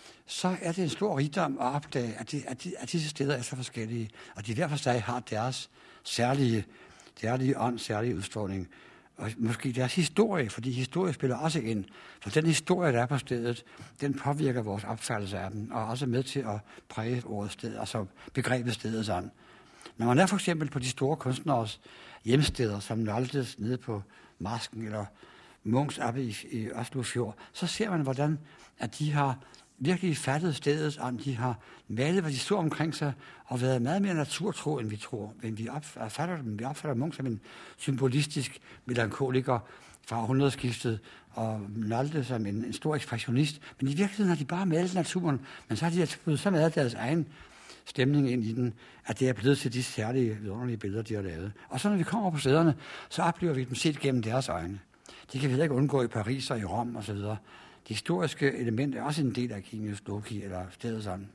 så er det en stor rigdom at opdage, at, de, at, de, at disse steder er så forskellige, og de hver for sig har deres særlige, særlige ånd, særlige udstråling, og måske deres historie, fordi historie spiller også ind. For den historie, der er på stedet, den påvirker vores opfattelse af den, og er også med til at præge ordet sted, altså begrebet stedet sådan. Når man er for eksempel på de store kunstneres hjemsteder, som Noldes nede på Marsken, eller Munchs oppe i, i Oslofjord, så ser man, hvordan at de har virkelig fattet stedet, og de har malet, hvad de så omkring sig, og været meget mere naturtro, end vi tror. Men vi opfatter dem, vi opfatter Munch som en symbolistisk melankoliker fra århundredeskiftet, og Nolde som en, en stor ekspressionist. Men i virkeligheden har de bare malet naturen, men så har de altså fået så meget af deres egen stemning ind i den, at det er blevet til de særlige, vidunderlige billeder, de har lavet. Og så når vi kommer på stederne, så oplever vi dem set gennem deres øjne. De kan vi heller ikke undgå i Paris og i Rom osv. Det historiske element er også en del af genius loci, eller stedets ånd.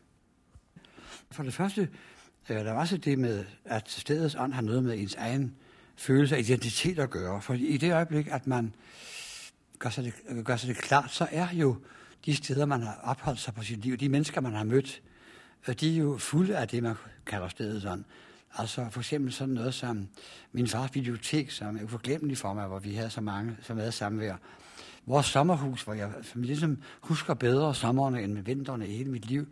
For det første, der er også det med, at stedets ånd har noget med ens egen følelse af identitet at gøre. For i det øjeblik, at man gør sig det, gør sig det klart, så er jo de steder, man har opholdt sig på sit liv, de mennesker, man har mødt, de er jo fulde af det, man kalder stedets ånd. Altså for eksempel sådan noget som min fars bibliotek, som er uforglemmelig for mig, hvor vi havde så mange, så meget samvær. Vores sommerhus, hvor jeg ligesom husker bedre sommerne end vintrene i hele mit liv.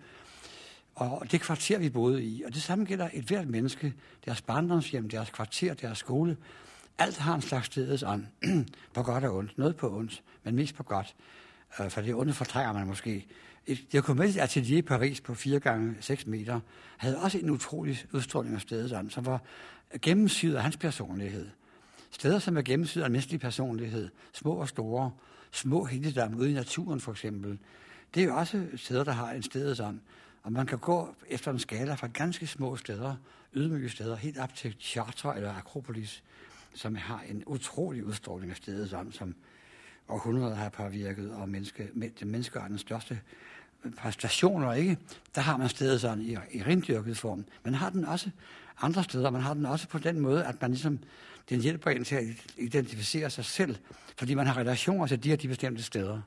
Og det kvarter, vi boede i. Og det samme gælder et hvert menneske, deres barndomshjem, deres kvarter, deres skole. alt har en slags stedets ånd, på godt og ondt. Noget på ondt, men mest på godt. Øh, for det onde fortrænger man måske. Et dokumentisk atelier i Paris på fire gange seks meter havde også en utrolig udstråling af stedets ånd, som var gennemsyret af hans personlighed. Steder, som er gennemsyret af menneskelig personlighed, små og store, små helligdomme ude i naturen for eksempel, det er jo også steder, der har en stedets ånd. Og man kan gå efter en skala fra ganske små steder, ydmyge steder, helt op til Chartres eller Akropolis, som har en utrolig udstråling af stedets ånd, som århundreder har påvirket, og menneske, menneskeåndens største præstationer, ikke? Der har man stedets ånd i, i rendyrket form. Man har den også andre steder, man har den også på den måde, at man ligesom, den hjælper en til at identificere sig selv, fordi man har relationer til de her de bestemte steder.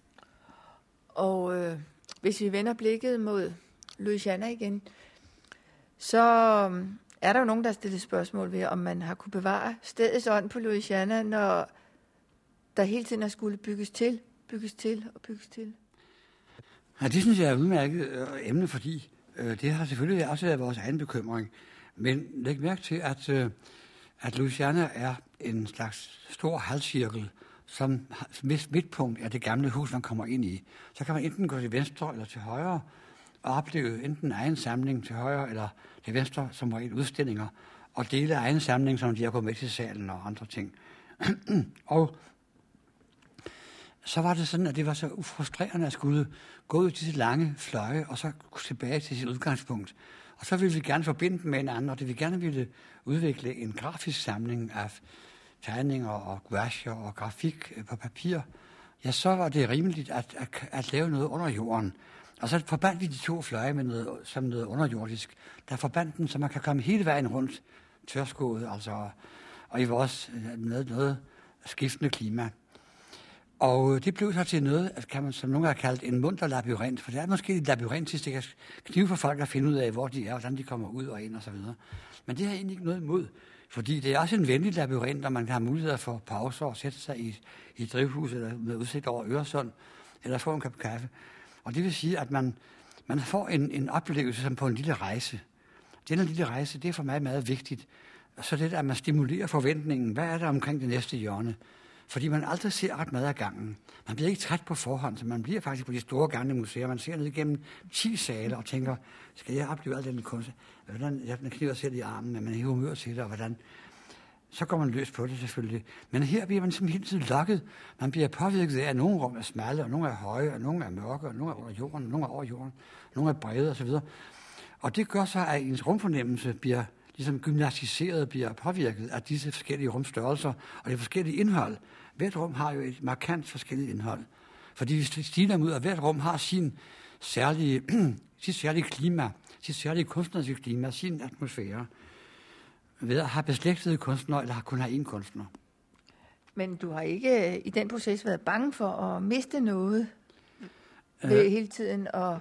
Og øh, hvis vi vender blikket mod Louisiana igen, så øh, er der jo nogen, der har stillet spørgsmål ved, om man har kunne bevare stedets ånd på Louisiana, når der hele tiden har skulle bygges til, bygges til og bygges til. Ja, det synes jeg er et udmærket øh, emne, fordi øh, det har selvfølgelig også været vores egen bekymring. Men læg mærke til, at, øh, at Louisiana er en slags stor halvcirkel, som midtpunkt er det gamle hus, man kommer ind i. Så kan man enten gå til venstre eller til højre, og opleve enten egen samling til højre eller til venstre, som var et udstillinger, og dele egen samling, som de har gået med til salen og andre ting. Og så var det sådan, at det var så frustrerende at skulle gå ud i disse lange fløje, og så tilbage til sit udgangspunkt. Og så ville vi gerne forbinde dem med en anden, og det vi gerne ville udvikle en grafisk samling af tegninger og gouacher og grafik på papir. Ja, så var det rimeligt at, at, at lave noget under jorden. Og så forbandt vi de to fløje med noget, som noget underjordisk. Der forbandt dem, så man kan komme hele vejen rundt tørskoet, altså, og i vores noget, noget skiftende klima. Og det blev så til noget, kan man, som nogen har kaldt en munter labyrint, for det er måske et labyrintisk, det kan knive for folk at finde ud af, hvor de er, hvordan de kommer ud og ind og så videre. Men det har jeg egentlig ikke noget imod, fordi det er også en venlig labyrint, og man kan have muligheder for pauser og sætte sig i, i et drivhus eller med udsigt over Øresund, eller få en kop kaffe. Og det vil sige, at man, man får en, en oplevelse som på en lille rejse. Denne lille rejse, det er for mig meget vigtigt. Så det er, at man stimulerer forventningen. Hvad er der omkring det næste hjørne? Fordi man aldrig ser ret meget af gangen. Man bliver ikke træt på forhånd, så man bliver faktisk på de store gamle museer. Man ser ned igennem ti sale og tænker, skal jeg opleve al den kunst? Hvordan jeg kniver selv i armen, men man er humør til det, og hvordan? Så går man løs på det selvfølgelig. Men her bliver man ligesom hele tiden lokket. Man bliver påvirket af, at nogle rum er smalle, og nogle er høje, og nogle er mørke, og nogle er under jorden, og nogle er over jorden, og nogle er brede osv. Og det gør så, at ens rumfornemmelse bliver ligesom gymnastiseret, bliver påvirket af disse forskellige rumstørrelser og det forskellige indhold. Hvert rum har jo et markant forskelligt indhold. Fordi vi stiler ud, at hvert rum har sin særlige, sit særlige klima, sit særlige kunstneriske klima, sin atmosfære. Ved at have beslægtede kunstnere, eller har kun have én kunstner. Men du har ikke i den proces været bange for at miste noget ved øh, hele tiden at,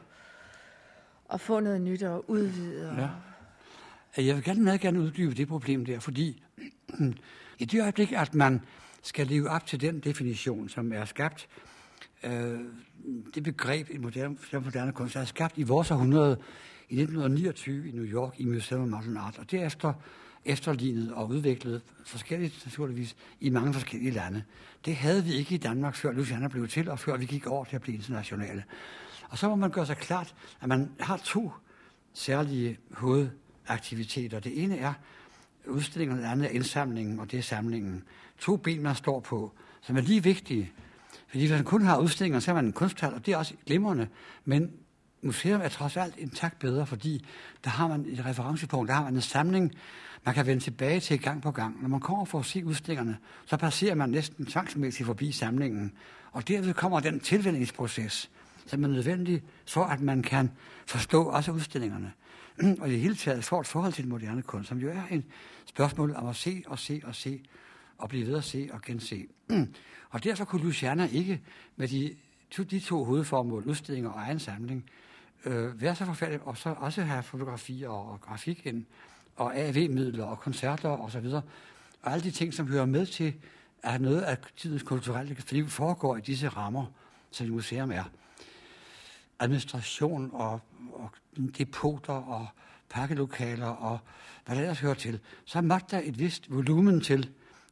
at få noget nyt og udvide? Og... Ja. Jeg vil gerne meget gerne uddybe det problem der, fordi i det øjeblik, at man skal leve op til den definition, som er skabt, øh, det begreb i moderne, moderne kunst er skabt i vores århundrede i nitten niogtyve i New York i Museum of Modern Art, og derefter efterlignet og udviklet forskelligt, naturligvis, i mange forskellige lande. Det havde vi ikke i Danmark, før Louisiana blev til, og før vi gik over til at blive internationale. Og så må man gøre sig klart, at man har to særlige hovedaktiviteter. Det ene er udstillingen, og det andet er indsamlingen, og det er samlingen. To ben, man står på, som er lige vigtige. Fordi hvis man kun har udstillinger, så er man en kunsthal, og det er også glimrende, men museum er trods alt en tak bedre, fordi der har man et referencepunkt, der har man en samling, man kan vende tilbage til gang på gang. Når man kommer for at se udstillingerne, så passerer man næsten tvangsmæssigt forbi samlingen, og derved kommer den tilvændingsproces, som er nødvendig for, at man kan forstå også udstillingerne. Og i det hele taget får et forhold til den moderne kunst, som jo er et spørgsmål om at se og se og se, og blive ved at se og gense. Og derfor kunne Louisiana ikke med de to, de to hovedformål, udstillinger og egen samling, øh, være så forfærdeligt, og så også have fotografier og grafik ind, og A V-midler og koncerter og så videre. Og alle de ting, som hører med til, at noget af tidens kulturelle liv foregår i disse rammer, som et museum er. Administration og, og depoter og pakkelokaler og hvad der ellers hører til. Så måtte der et vist volumen til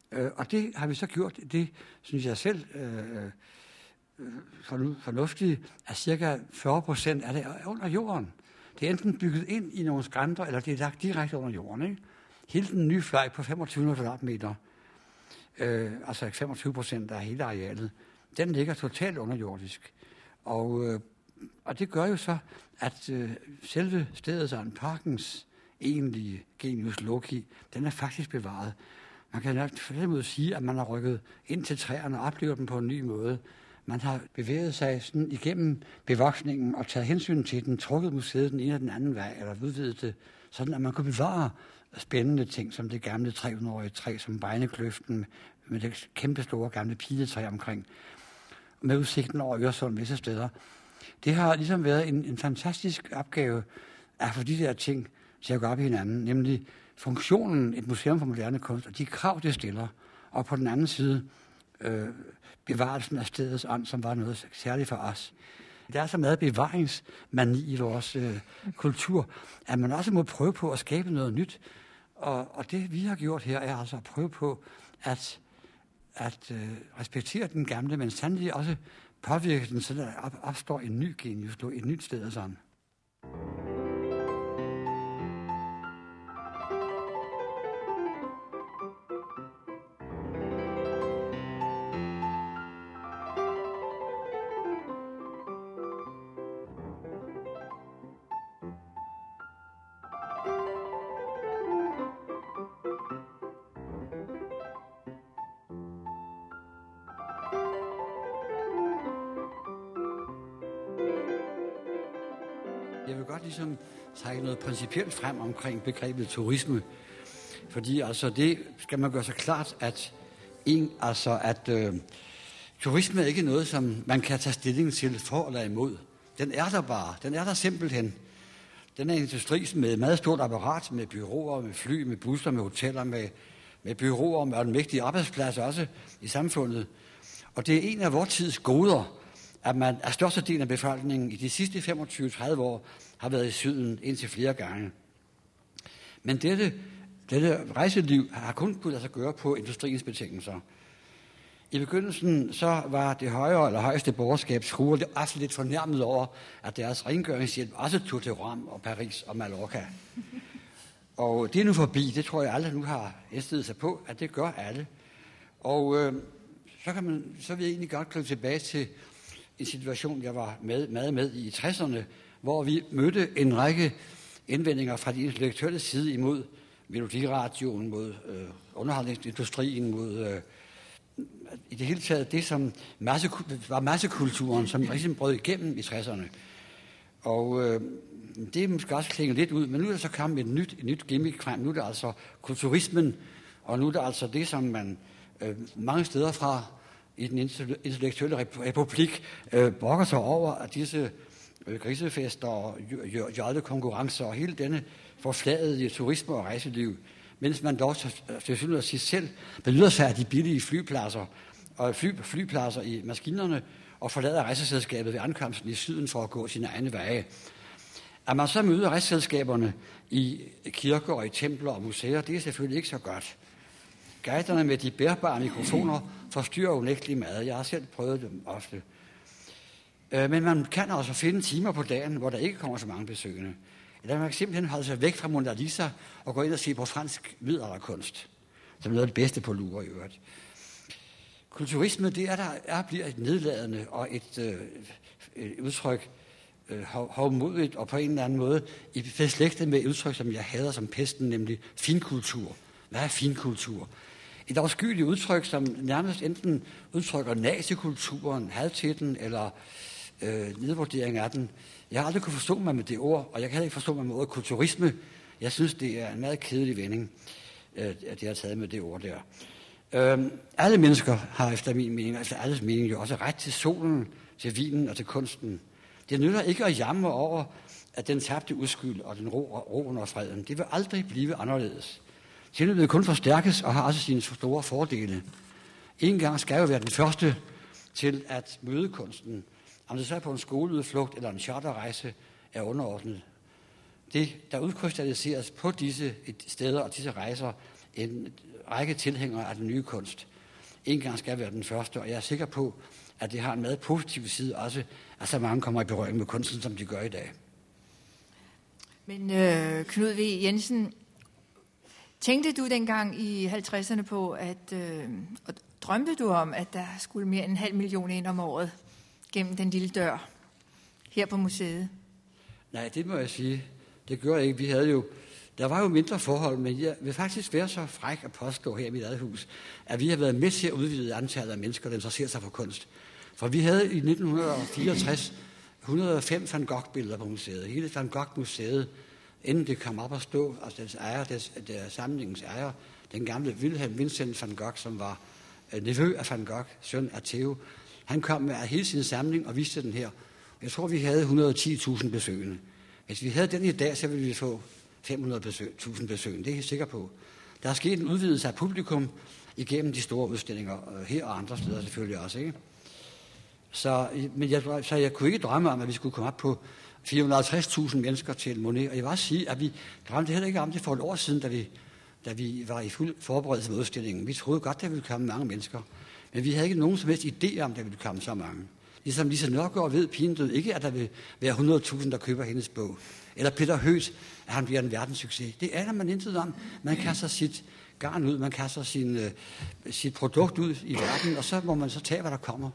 Øh, og det har vi så gjort, det synes jeg selv øh, øh, fornuftigt, at cirka fyrre procent af det er under jorden. Det er enten bygget ind i nogle skrænter, eller det er lagt direkte under jorden. Ikke? Hele den nye fløj på femogtyve hundrede kvadratmeter, øh, altså femogtyve procent af hele arealet, den ligger totalt underjordisk. Og, øh, og det gør jo så, at øh, selve stedet, altså parkens egentlige genius loci, den er faktisk bevaret. Man kan nok for den måde sige, at man har rykket ind til træerne og oplever dem på en ny måde. Man har bevæget sig sådan igennem bevoksningen og taget hensyn til den, trukket museet den ene og den anden vej, eller udvidet det, sådan at man kunne bevare spændende ting, som det gamle tre hundrede-årige træ, som Bejnekløften, med det kæmpe store gamle piletræ omkring, med udsigten over Øresund visse steder. Det har ligesom været en, en fantastisk opgave at få de der ting til at gå op i hinanden, nemlig funktionen, et museum for moderne kunst, og de krav, det stiller, og på den anden side øh, bevarelsen af stedets ånd, som var noget særligt for os. Der er så meget bevaringsmani i vores øh, kultur, at man også må prøve på at skabe noget nyt. Og, og det, vi har gjort her, er altså at prøve på at, at øh, respektere den gamle, men sandelig også påvirke den, så der op, opstår en ny genius, et nyt sted og sådan. Jeg vil godt ligesom trække noget principielt frem omkring begrebet turisme, fordi altså det skal man gøre så klart, at en, altså at øh, turisme er ikke noget, som man kan tage stilling til for eller imod. Den er der bare. Den er der simpelthen. Den er en industri med et meget stort apparat, med byråer, med fly, med busser, med hoteller, med, med byråer, med en vigtig arbejdsplads også i samfundet. Og det er en af vores tids goder, at man af størstedelen af befolkningen i de sidste femogtyve til tredive år har været i syden indtil flere gange. Men dette, dette rejseliv har kun kunnet lade sig gøre på industriens betingelser. I begyndelsen så var det højere eller højeste borgerskab skruet også lidt fornærmet over, at deres rengøringshjælp også tog til Rom og Paris og Mallorca. Og det er nu forbi. Det tror jeg aldrig nu har indstillet sig på, at det gør alle. Og øh, så, kan man, så vil jeg egentlig godt komme tilbage til en situation, jeg var med, med, med i tresserne, hvor vi mødte en række indvendinger fra de intellektuelle side imod melodiradioen, mod øh, underholdningsindustrien, mod øh, i det hele taget det, som masse, var massekulturen, som ligesom brød igennem i tresserne. Og øh, det er måske også klinget lidt ud, men nu er der så kommet et nyt, et nyt gimmick frem. Nu er det altså kulturismen, og nu er det altså det, som man øh, mange steder fra i den intellektuelle republik øh, brokker sig over, at disse øh, grisefester og jollekonkurrencer og hele denne forfladede turisme og rejseliv, mens man dog til syvende og sidst selv benytter sig af de billige flypladser og fly, flypladser i maskinerne og forlader rejseselskabet ved ankomsten i syden for at gå sine egne veje. At man så møder rejseselskaberne i kirker og i templer og museer, det er selvfølgelig ikke så godt. Guiderne med de bærbare mikrofoner forstyrrer unægteligt meget. Jeg har selv prøvet dem ofte. Men man kan altså finde timer på dagen, hvor der ikke kommer så mange besøgende. Eller man kan simpelthen holde sig væk fra Mona Lisa og gå ind og se på fransk middelalderkunst, som er noget af det bedste på lure i øvrigt. Kulturisme, det er der er, bliver et nedladende og et, øh, et udtryk øh, hovmodigt og på en eller anden måde i beslægtet med et udtryk, som jeg hader som pesten, nemlig finkultur. Hvad er finkultur? Et afskyeligt udtryk, som nærmest enten udtrykker nazikulturen, had til den, eller øh, nedvurdering af den. Jeg har aldrig kunne forstå mig med det ord, og jeg kan heller ikke forstå mig med ordet kulturisme. Jeg synes, det er en meget kedelig vending, øh, at jeg har taget med det ord der. Øh, alle mennesker har efter min mening, altså alles mening, jo også ret til solen, til vinen og til kunsten. Det nytter ikke at jamre over, at den tabte uskyld og den ro, roen og freden, det vil aldrig blive anderledes. Tilløbet vil kun forstærkes og har også sine store fordele. En gang skal jo være den første til at møde kunsten. Om det så er på en skoleudflugt eller en charterrejse, er underordnet. Det, der udkrystalliseres på disse steder og disse rejser, en række tilhængere af den nye kunst. En gang skal være den første, og jeg er sikker på, at det har en meget positiv side også, at så mange kommer i berøring med kunsten, som de gør i dag. Men øh, Knud V. Jensen, tænkte du dengang i halvtredserne på, at øh, og drømte du om, at der skulle mere end en halv million ind om året gennem den lille dør her på museet? Nej, det må jeg sige. Det gjorde jeg ikke. Vi havde jo, der var jo mindre forhold, men jeg vil faktisk være så fræk at påstå her i mit eget hus, at vi har været med til at udvide antallet af mennesker, der interesserer sig for kunst. For vi havde i nitten fireogtres et hundrede og fem Van Gogh-billeder på museet. Hele Van Gogh-museet, inden det kom op at stå, altså dets ejer, dets, dets samlingens ejer, den gamle Wilhelm Vincent van Gogh, som var øh, nevø af Van Gogh, søn af Theo, han kom med hele sin samling og viste den her. Jeg tror, vi havde et hundrede og ti tusind besøgende. Hvis vi havde den i dag, så ville vi få fem hundrede tusind besøgende. Det er jeg sikker på. Der er sket en udvidelse af publikum igennem de store udstillinger, her og andre steder selvfølgelig også, ikke? Så, men jeg, så jeg kunne ikke drømme om, at vi skulle komme op på fire hundrede og halvtreds tusind mennesker til Monet. Og jeg vil også sige, at vi drømte heller ikke om det for et år siden, da vi, da vi var i fuld forberedelse med udstillingen. Vi troede godt, der ville komme mange mennesker. Men vi havde ikke nogen som helst idé om, at der ville komme så mange. Ligesom Lise Nørgaard ved pinedød ikke, at der vil være hundrede tusind, der køber hendes bog. Eller Peter Høs, at han bliver en verdenssucces. Det aner man intet om. Man kaster sit garn ud, man kaster sin, uh, sit produkt ud i verden, og så må man så tage, hvad der kommer.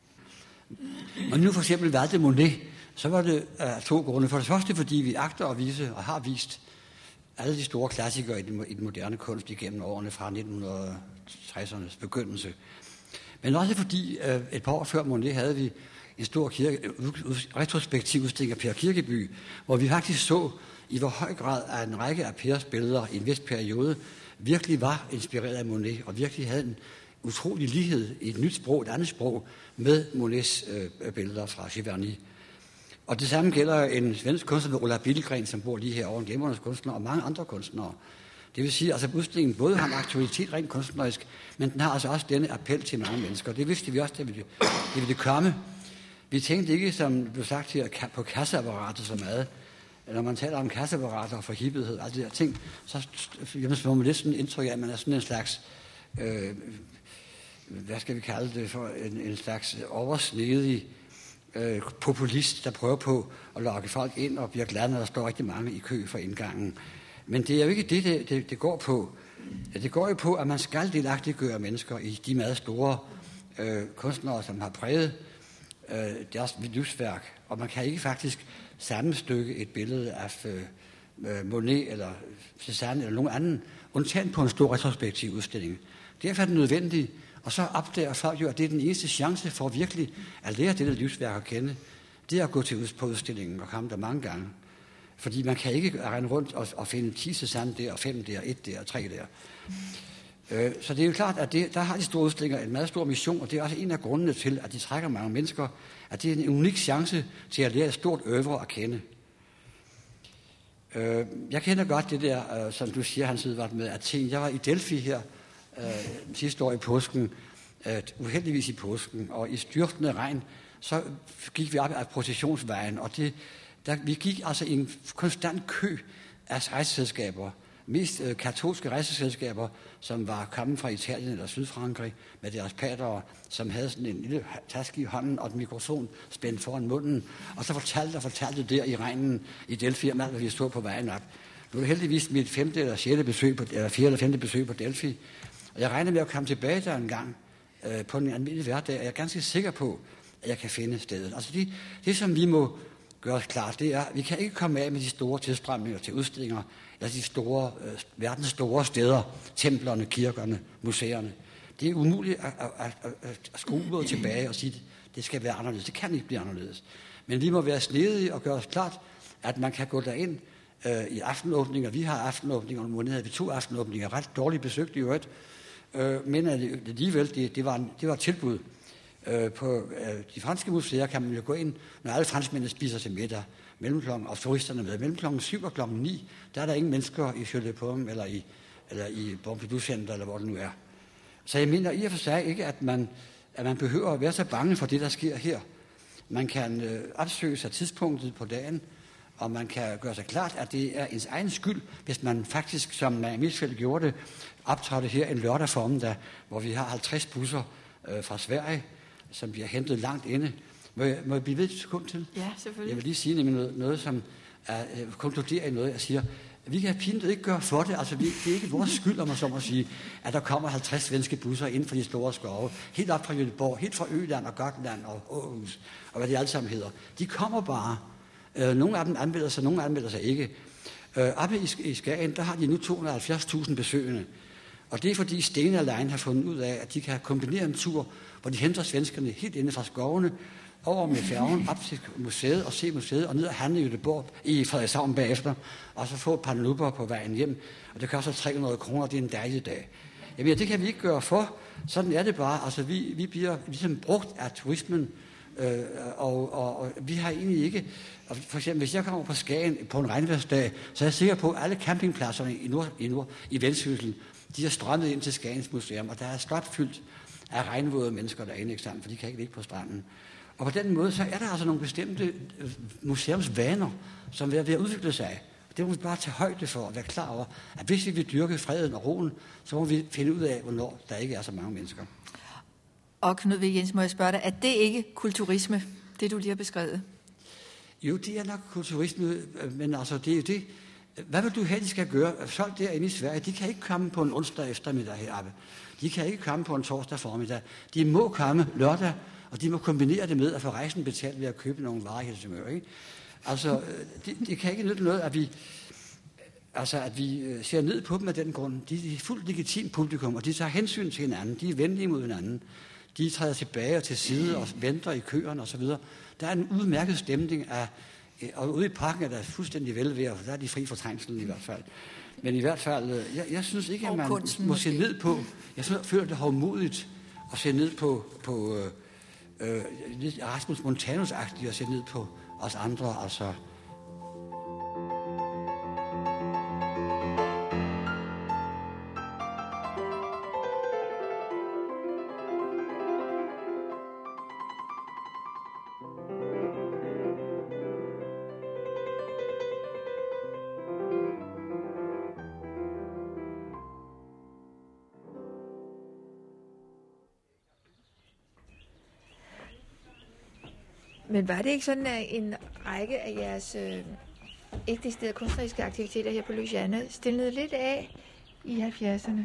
Og nu for eksempel valgte Monet, så var det uh, to grunde. For det første, fordi vi agter at vise, og har vist, alle de store klassikere i den, i den moderne kunst igennem årene fra nitten tressernes begyndelse. Men også fordi uh, et par år før Monet havde vi en stor kirke, retrospektiv udstilling af Per Kirkeby, hvor vi faktisk så, i hvor høj grad at en række af Pers billeder i en vis periode virkelig var inspireret af Monet, og virkelig havde en utrolig lighed i et nyt sprog, et andet sprog, med Monets øh, billeder fra Giverny. Og det samme gælder en svensk kunstner, Ulla Billgren, som bor lige herovre, en glimrende kunstner, og mange andre kunstnere. Det vil sige, at altså, udstillingen både har en aktualitet rent kunstnerisk, men den har altså også denne appel til mange mennesker. Det vidste vi også, da vi det ville komme. Vi tænkte ikke, som blev sagt her, på kasseapparater så meget. Når man taler om kasseapparater og forhippethed og alle de der ting, så får man lidt sådan en indtryk af, at man er sådan en slags, øh, hvad skal vi kalde det for, en, en slags oversnedig øh, populist, der prøver på at lokke folk ind og bliver glade, når der står rigtig mange i kø for indgangen. Men det er jo ikke det, det, det, det går på. Det går jo på, at man skal delagtiggøre mennesker i de meget store øh, kunstnere, som har præget øh, deres livsværk. Og man kan ikke faktisk sammenstykke et billede af øh, Monet eller Cézanne eller nogen anden, undtagen på en stor retrospektiv udstilling. Derfor er det nødvendigt, og så opdager folk jo, at det er den eneste chance for virkelig at lære dette livsværk at kende. Det er at gå til på udstillingen og komme der mange gange. Fordi man kan ikke rende rundt og, og finde ti Cézanne der, og fem der, et der, og tre der. Øh, så det er jo klart, at det, der har de store udstillinger en meget stor mission, og det er også en af grundene til, at de trækker mange mennesker, at det er en unik chance til at lære et stort øvre at kende. Øh, jeg kender godt det der, øh, som du siger, Hans Edvard, med Athen. Jeg var i Delphi her øh, sidste år i påsken, øh, uheldigvis i påsken, og i styrtende regn, så gik vi op ad processionsvejen, og det, der, vi gik altså i en konstant kø af rejseselskaber, mest øh, katolske rejseselskaber, som var kommet fra Italien eller Sydfrankrig med deres patere, som havde sådan en lille taske i hånden og et mikrofon spændt foran munden, og så fortalte og fortalte der i regnen i Delphi, om alt, hvad vi stod på vejen op. Nu er det heldigvis mit femte eller sjette besøg på, eller fjerde eller femte besøg på Delphi, og jeg regner med at komme tilbage der en gang øh, på en almindelig hverdag, og jeg er ganske sikker på, at jeg kan finde stedet. Altså det, det som vi må gøre os klart, det er, at vi kan ikke komme af med de store tilstrømninger til udstillinger, eller de store, øh, verdens store steder, templerne, kirkerne, museerne. Det er umuligt at, at, at, at, at skrue noget tilbage og sige, at det skal være anderledes. Det kan ikke blive anderledes. Men vi må være snedige og gøre os klart, at man kan gå derind øh, i aftenåbninger. Vi har aftenåbninger, og nu havde vi to aftenåbninger, ret dårligt besøgt i øvrigt. Øh, men alligevel, det, det, var en, det var et tilbud. Øh, på øh, de franske museer kan man jo gå ind, når alle franskmændene spiser til middag, mellemklokken, og turisterne med. Mellem klokken syv og klokken ni, der er der ingen mennesker i Chateau Pomme eller i, eller i Pompidou Center, eller hvor det nu er. Så jeg mener i og for sig ikke, at man, at man behøver at være så bange for det, der sker her. Man kan øh, opsøge sig tidspunktet på dagen, Og man kan gøre sig klart, at det er ens egen skyld, hvis man faktisk, som man i Misfeld gjorde det, optrådte her en lørdag formiddag, hvor vi har halvtreds busser øh, fra Sverige, som bliver hentet langt inde. Må jeg, må jeg blive ved et sekund til? Ja, selvfølgelig. Jeg vil lige sige nemlig noget, noget som er, øh, konkluderer i noget, jeg siger. Vi kan pinligt ikke gøre for det. Altså, vi, det er ikke vores skyld, om man så må sige, at der kommer halvtreds svenske busser ind for de store skove. Helt op fra Göteborg, helt fra Øland og Gotland og Aarhus, og hvad de alle sammen hedder. De kommer bare. Øh, nogle af dem anmelder sig, nogle anmelder sig ikke. Øh, oppe i, i Skagen, der har de nu to hundrede og halvfjerds tusind besøgende. Og det er fordi Stena Line har fundet ud af, at de kan kombinere en tur, hvor de henter svenskerne helt inde fra skovene, over med færgen, op til museet og se museet, og ned og handle i Göteborg, i Frederikshavn bagefter, og så få et par nupper på vejen hjem. Og det koster tre hundrede kroner, det er en dejlig dag. Jamen, det kan vi ikke gøre for. Sådan er det bare. Altså, vi, vi bliver ligesom brugt af turismen, øh, og, og, og vi har egentlig ikke... Og for eksempel, hvis jeg kommer på Skagen på en regnværsdag, så er jeg sikker på, at alle campingpladserne i Nord, i, Nord, i Vendsyssel, de er strømmet ind til Skagens Museum, og der er stopfyldt af regnvåde mennesker derinde, ikke sandt, for de kan ikke ligge på stranden. Og på den måde, så er der altså nogle bestemte museumsvaner, som er ved at udvikle sig. Det må vi bare tage højde for og være klar over, at hvis vi vil dyrke freden og roen, så må vi finde ud af, hvornår der ikke er så mange mennesker. Og Knud V. Jensen, må jeg spørge dig, er det ikke kulturisme, det du lige har beskrevet? Jo, det er nok kulturisme, men altså det er jo det. Hvad vil du have, de skal gøre? Folk derinde i Sverige, de kan ikke komme på en onsdag eftermiddag heroppe. De kan ikke komme på en torsdag formiddag. De må komme lørdag, og de må kombinere det med at få rejsen betalt ved at købe nogle varer i Helsingør, ikke? Altså, det, det kan ikke nytte noget, at vi, altså, at vi ser ned på dem af den grund. De er fuldt legitimt publikum, og de tager hensyn til hinanden. De er venlige mod hinanden. De træder tilbage og til side og venter i køerne osv. Der er en udmærket stemning af, og ude i parken er der fuldstændig velvære, for der er de fri for trængslen i hvert fald. Men i hvert fald, jeg, jeg synes ikke, at man må se ned på, jeg føler det hovmodigt at se ned på, på øh, lidt Rasmus Montanus-agtigt at se ned på os andre, altså. Men var det ikke sådan, at en række af jeres øh, ikke decideret kunstneriske aktiviteter her på Louisiana stillede lidt af i halvfjerdserne?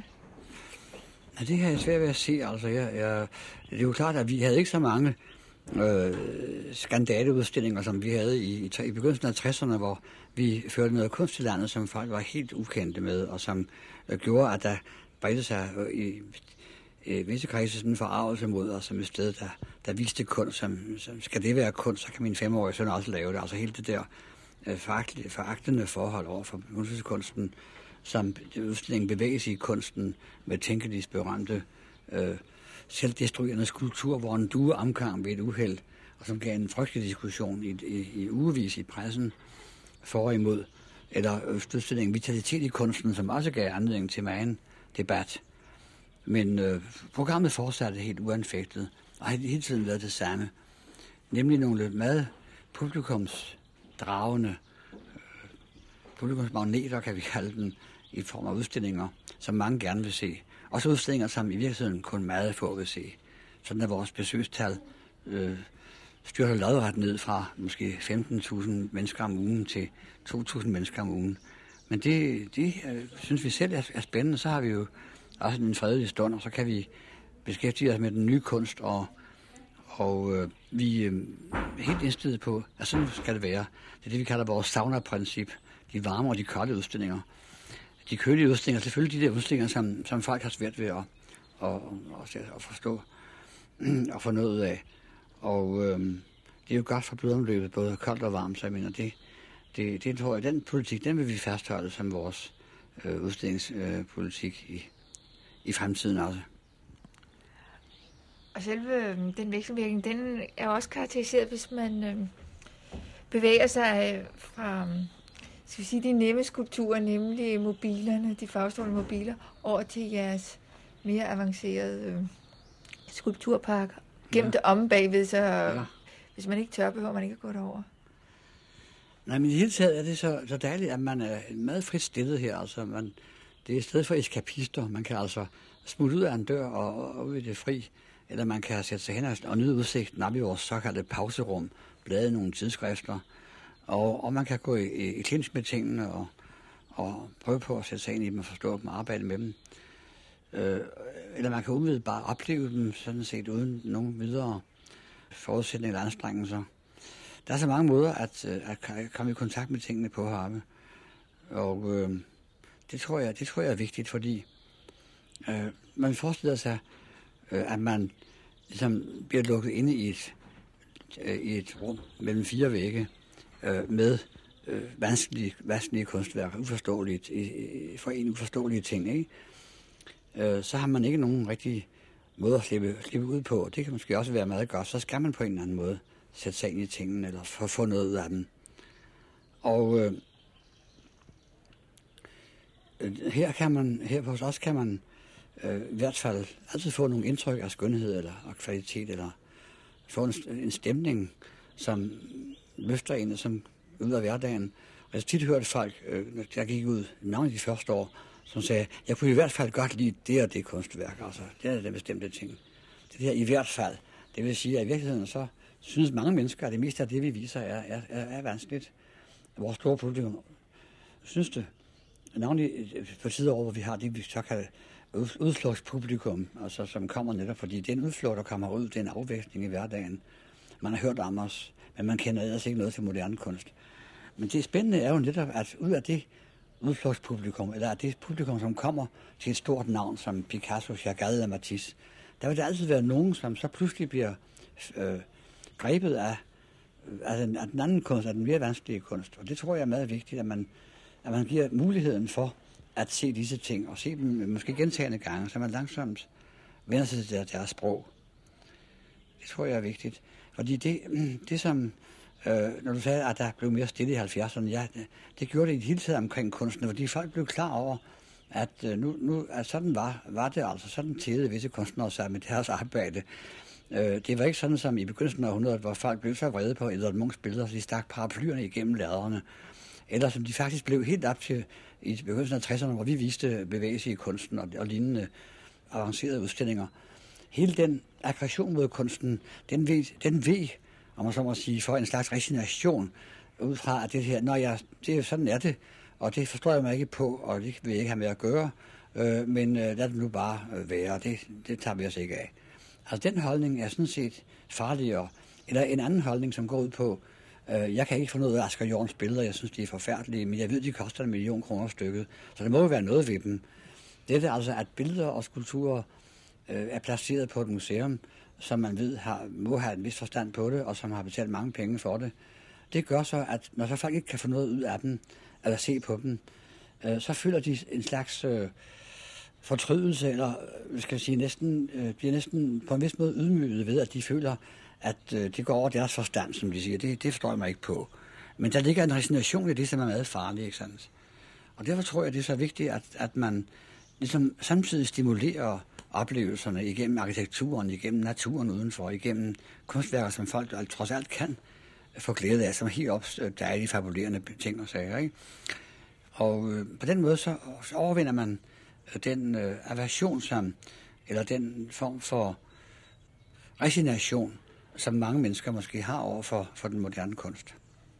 Ja, det har jeg svært ved at se. Altså, jeg, jeg, det er jo klart, at vi havde ikke så mange øh, skandaleudstillinger, som vi havde i, i, i begyndelsen af tresserne, hvor vi førte noget kunst til landet, som folk var helt ukendte med, og som øh, gjorde, at der bredte sig øh, i visse kredse sådan en forarvelse mod os som et sted, der, der viste kunst. Som, som, skal det være kunst, så kan min femårige søn også lave det. Altså hele det der øh, foragtende forhold over for kunsten, som udstillingen bevæges i kunsten med Tænkelis berømte øh, selvdestruerende skulptur, hvor en due omgang ved et uheld, og som gav en frygtelig diskussion i, i, i ugevis i pressen for og imod. Eller udstillingen Vitalitet i kunsten, som også gav anledning til megen debat. Men øh, programmet fortsatte helt uanfægtet, og har hele tiden været det samme. Nemlig nogle meget publikumsdragende, øh, publikumsmagneter, kan vi kalde dem, i form af udstillinger, som mange gerne vil se. Også udstillinger, som i virkeligheden kun meget få vil se. Sådan er vores besøgstal øh, styrter lodret ned fra måske femten tusind mennesker om ugen til to tusind mennesker om ugen. Men det, det øh, synes vi selv er, er spændende. Så har vi jo også en fredelig stund, og så kan vi beskæftige os med den nye kunst, og, og øh, vi er øh, helt indstillet på, at sådan skal det være. Det er det, vi kalder vores sauna-princip. De varme og de kolde udstillinger. De kølige udstillinger, selvfølgelig de der udstillinger, som, som folk har svært ved at, at, at, at forstå og få noget ud af. Og øh, det er jo godt for blodomløbet, både koldt og varmt, så jeg mener, det, det, det tror jeg, den politik, den vil vi fastholde som vores øh, udstillingspolitik øh, i i fremtiden også. Og selve øh, den vekselvirkning, den er også karakteriseret, hvis man øh, bevæger sig fra, skal vi sige, de nemme skulpturer, nemlig mobilerne, de farvestrålende mobiler, over til jeres mere avancerede øh, skulpturpark. Gemt ja. Om bagved, så ja. Hvis man ikke tør, behøver man ikke at gå derover. Nej, men i det hele taget er det så, så dejligt, at man er meget frit stillet her. Altså, man, det er et sted for eskapister. Man kan altså smutte ud af en dør og, og ud i det fri. Eller man kan sætte sig hen og nyde udsigten op i vores såkaldte pauserum, blade nogle tidsskrifter. Og, og man kan gå i, i, i clinch med tingene og, og prøve på at sætte sig ind i dem og forstå dem og arbejde med dem. Øh, eller man kan umiddelbart bare opleve dem sådan set uden nogen videre forudsætninger eller anstrengelser. Der er så mange måder at, at komme i kontakt med tingene på heroppe. Og øh, det, tror jeg, det tror jeg er vigtigt, fordi øh, man forestiller sig, øh, at man ligesom bliver lukket inde i et, øh, i et rum mellem fire vægge øh, med øh, vanskelige, vanskelige kunstværker, uforståeligt, i, for en uforståelige ting, ikke? Øh, så har man ikke nogen rigtig måde at slippe, slippe ud på. Det kan måske også være meget godt. Så skal man på en eller anden måde sætte sig ind i tingene, eller få, få noget ud af dem. Og øh, her kan man, her hos os kan man øh, i hvert fald altid få nogle indtryk af skønhed eller af kvalitet, eller få en, en stemning, som løfter en, som ud af hverdagen. Og jeg har tit hørt folk, øh, der gik ud, navnet de første år, som sagde, jeg kunne i hvert fald godt lide det og det kunstværk. Altså, det er den bestemte ting. Det der i hvert fald. Det vil sige, at i virkeligheden så synes mange mennesker, at det meste af det, vi viser, er, er, er, er vanskeligt. Vores store publikum synes det. Navnlig på tider over, hvor vi har det, vi så kalder udflugtspublikum, altså, som kommer netop, fordi det er en udflugt, der kommer ud, det er en afveksling i hverdagen. Man har hørt om os, men man kender ellers ikke noget til moderne kunst. Men det spændende er jo netop, at ud af det udflugtspublikum, eller af det publikum, som kommer til et stort navn, som Picasso, Chagall eller Matisse, der vil der altid være nogen, som så pludselig bliver øh, grebet af, af, den, af den anden kunst, af den mere vanskelige kunst. Og det tror jeg er meget vigtigt, at man, at man giver muligheden for at se disse ting, og se dem måske gentagende gange, så man langsomt vender sig til deres, deres sprog. Det tror jeg er vigtigt. Fordi det, det som, øh, når du sagde, at der blev mere stille i halvfjerdserne, ja, det, det gjorde det i det hele taget omkring kunsten, fordi folk blev klar over, at øh, nu, nu, at sådan var, var det altså, sådan tævede visse kunstnere sig med deres arbejde. Øh, det var ikke sådan som i begyndelsen af århundredet, hvor folk blev så vrede på Edvard Munchs billeder, så de stak paraplyerne igennem laderne. Eller som de faktisk blev helt op til i begyndelsen af tresserne, hvor vi viste bevægelse i kunsten og, og lignende avancerede udstillinger. Hele den aggression mod kunsten, den ved, den ved, om man så må sige, for en slags resignation ud fra at det her, når jeg, det, sådan er det, og det forstår jeg mig ikke på, og det vil jeg ikke have med at gøre, øh, men øh, lad det nu bare øh, være, det, det tager vi os ikke af. Altså den holdning er sådan set farligere, eller en anden holdning, som går ud på, øh, jeg kan ikke få noget af Asger Jorns billeder, jeg synes, de er forfærdelige, men jeg ved, de koster en million kroner stykket, så der må jo være noget ved dem. Det er altså, at billeder og skulpturer øh, er placeret på et museum, som man ved har, må have en vis forstand på det, og som har betalt mange penge for det. Det gør så, at når så folk ikke kan få noget ud af dem, eller se på dem, øh, så føler de en slags øh, fortrydelse, eller skal jeg sige, næsten, øh, bliver næsten på en vis måde ydmyget ved, at de føler, at øh, det går over deres forstand, som de siger. Det, det forstår jeg mig ikke på. Men der ligger en resignation i det, som er meget farligt, ikke sandt? Og derfor tror jeg, det er så vigtigt, at, at man ligesom samtidig stimulerer oplevelserne igennem arkitekturen, igennem naturen udenfor, igennem kunstværker, som folk trods alt kan få glæde af, som er helt op dejlige, fabulerende ting og sager, ikke? Og øh, på den måde så, så overvinder man den øh, aversion, som, eller den form for resignation, som mange mennesker måske har over for, for den moderne kunst.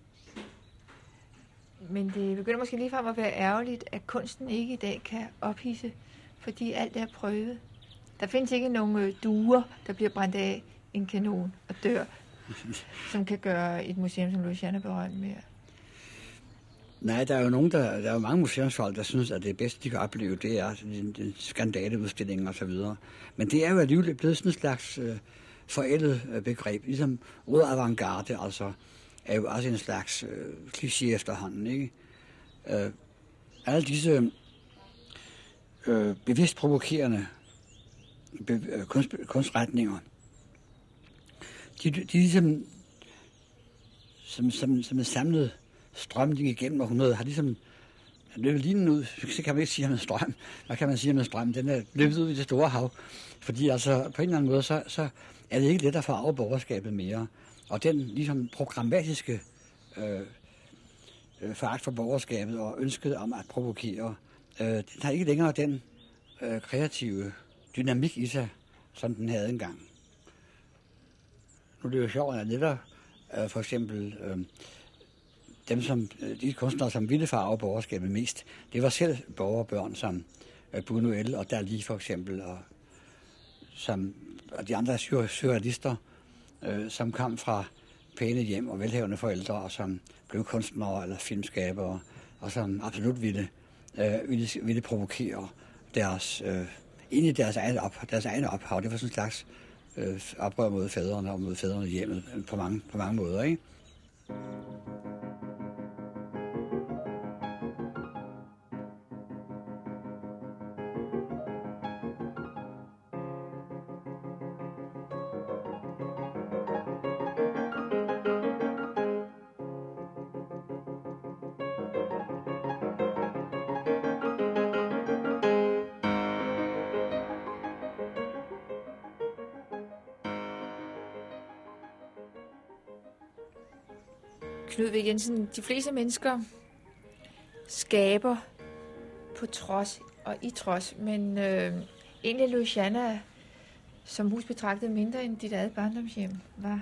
Men det begynder måske ligefrem at være ærgerligt, at kunsten ikke i dag kan ophidse, fordi alt er prøvet. Der findes ikke nogen duer, der bliver brændt af en kanon og dør, som kan gøre et museum som Louisiana berømt mere. Nej, der er jo nogen, der, der er jo mange museumsfolk, der synes, at det bedste, de kan opleve, det er skandaleudstillinger og så videre. Men det er jo alligevel blevet sådan en slags øh, forældet øh, begreb. Ligesom ordet avantgarde, altså, er jo også en slags øh, kliché efterhånden, ikke? Øh, alle disse øh, bevidst provokerende be, øh, kunst, kunstretninger, de, de ligesom som, som, som en samlet strømning igennem århundredet har ligesom løbet linjen ud. Så kan man ikke sige om en strøm. Hvad kan man sige om en strøm? Den er løbet ud i det store hav. Fordi altså på en eller anden måde, så, så er det ikke let at få af borgerskabet mere. Og den ligesom programmatiske øh, øh, foragt for borgerskabet og ønsket om at provokere. Øh, den har ikke længere den øh, kreative dynamik i sig, som den havde engang. Nu er det jo sjovt, at netop øh, for eksempel øh, dem, som, de kunstnere, som ville farve borgerskabet mest, det var selv borgerbørn som øh, Buñuel og Dalí for eksempel, og, som, og de andre surrealister, øh, som kom fra pæne hjem og velhavende forældre, og som blev kunstnere eller filmskabere, og som absolut ville, øh, ville, ville provokere deres, øh, egentlig deres egen, op, deres egen ophav. Det var sådan en slags øh, oprør mod fædrene og mod fædrene i hjemmet på mange, på mange måder, ikke? Knud V. Jensen, de fleste mennesker skaber på trods og i trods, men øh, egentlig Louisiana som hus betragtet mindre end dit eget barndomshjem var.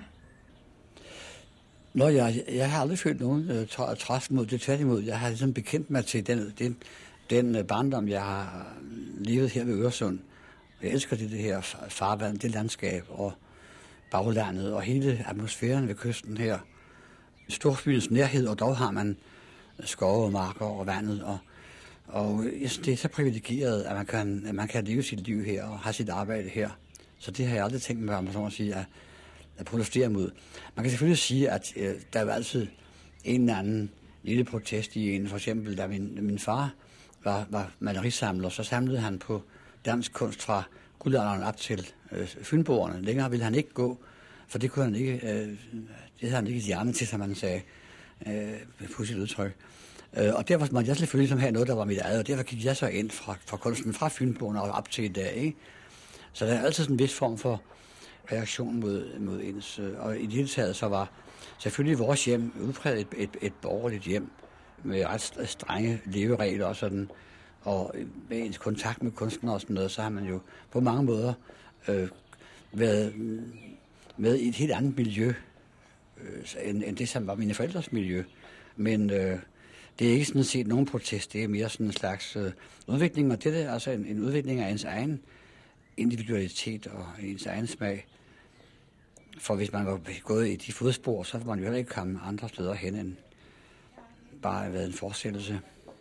Nå, jeg, jeg har aldrig følt nogen øh, trods mod det, tværtimod. Jeg har ligesom bekendt mig til den, den, den øh, barndom, jeg har levet her ved Øresund. Jeg elsker det, det her farvand, det landskab og baglandet og hele atmosfæren ved kysten her. Storbyens nærhed, og dog har man skove og marker og vandet, og, og jeg synes, det er så privilegeret, at man kan, at man kan leve sit liv her og have sit arbejde her. Så det har jeg aldrig tænkt mig, om man sige, at, at protestere mod. Man kan selvfølgelig sige, at øh, der er jo altid en eller anden lille protest i en. For eksempel, da min, min far var, var malerisamler, så samlede han på dansk kunst fra guldalderen op til øh, Fynboerne. Længere ville han ikke gå, for det kunne han ikke, øh, det havde han ikke i hjernen til, som man sagde, øh, pudsigt udtryk. Øh, og derfor måtte jeg selvfølgelig som have noget, der var mit eget, og derfor gik jeg så ind fra, fra kunsten fra Fynboerne og op til i dag, ikke? Så der er altid sådan en vis form for reaktion mod, mod ens, øh, og i det hele taget så var selvfølgelig vores hjem udpræget et, et, et borgerligt hjem, med ret strenge leveregler og sådan, og med ens kontakt med kunstnere og sådan noget, så har man jo på mange måder øh, været med i et helt andet miljø, øh, end, end det, som var mine forældres miljø. Men øh, det er ikke sådan set nogen protest, det er mere sådan en slags øh, udvikling, og det er altså en, en udvikling af ens egen individualitet og ens egen smag. For hvis man var gået i de fodspor, så var man jo heller ikke komme andre steder hen, end bare været en fortsættelse.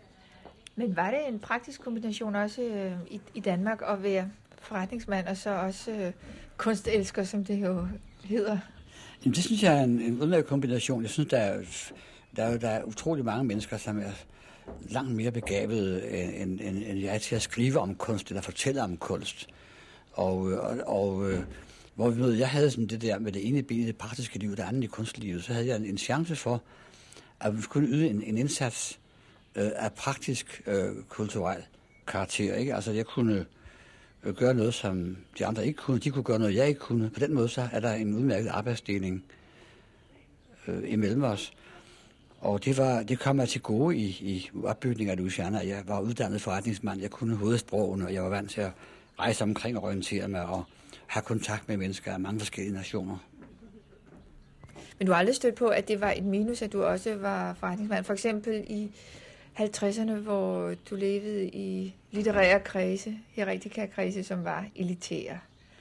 Men var det en praktisk kombination også øh, i, i Danmark at være forretningsmand og så også øh, kunstelsker, som det jo hedder? Jamen, det synes jeg er en, en udmærket kombination. Jeg synes, der er, der, er, der er utrolig mange mennesker, som er langt mere begavede, end, end, end jeg er til at skrive om kunst, eller fortælle om kunst. Og, og, og hvor vi mødte, jeg havde sådan det der med det ene ben i det praktiske liv, det andet i kunstlivet, så havde jeg en, en chance for, at vi kunne yde en, en indsats øh, af praktisk øh, kulturel karakter. Ikke? Altså, jeg kunne øh, gøre noget, som de andre ikke kunne. De kunne gøre noget, jeg ikke kunne. På den måde så er der en udmærket arbejdsdeling øh, imellem os. Og det, var, det kom mig til gode i, i opbygningen af Louisiana. Jeg var uddannet forretningsmand, jeg kunne hovedsprogene, og jeg var vant til at rejse omkring og orientere mig og have kontakt med mennesker af mange forskellige nationer. Men du har aldrig stødt på, at det var et minus, at du også var forretningsmand? For eksempel i halvtredserne, hvor du levede i litterære kredse, heretika-kredse, som var elitære.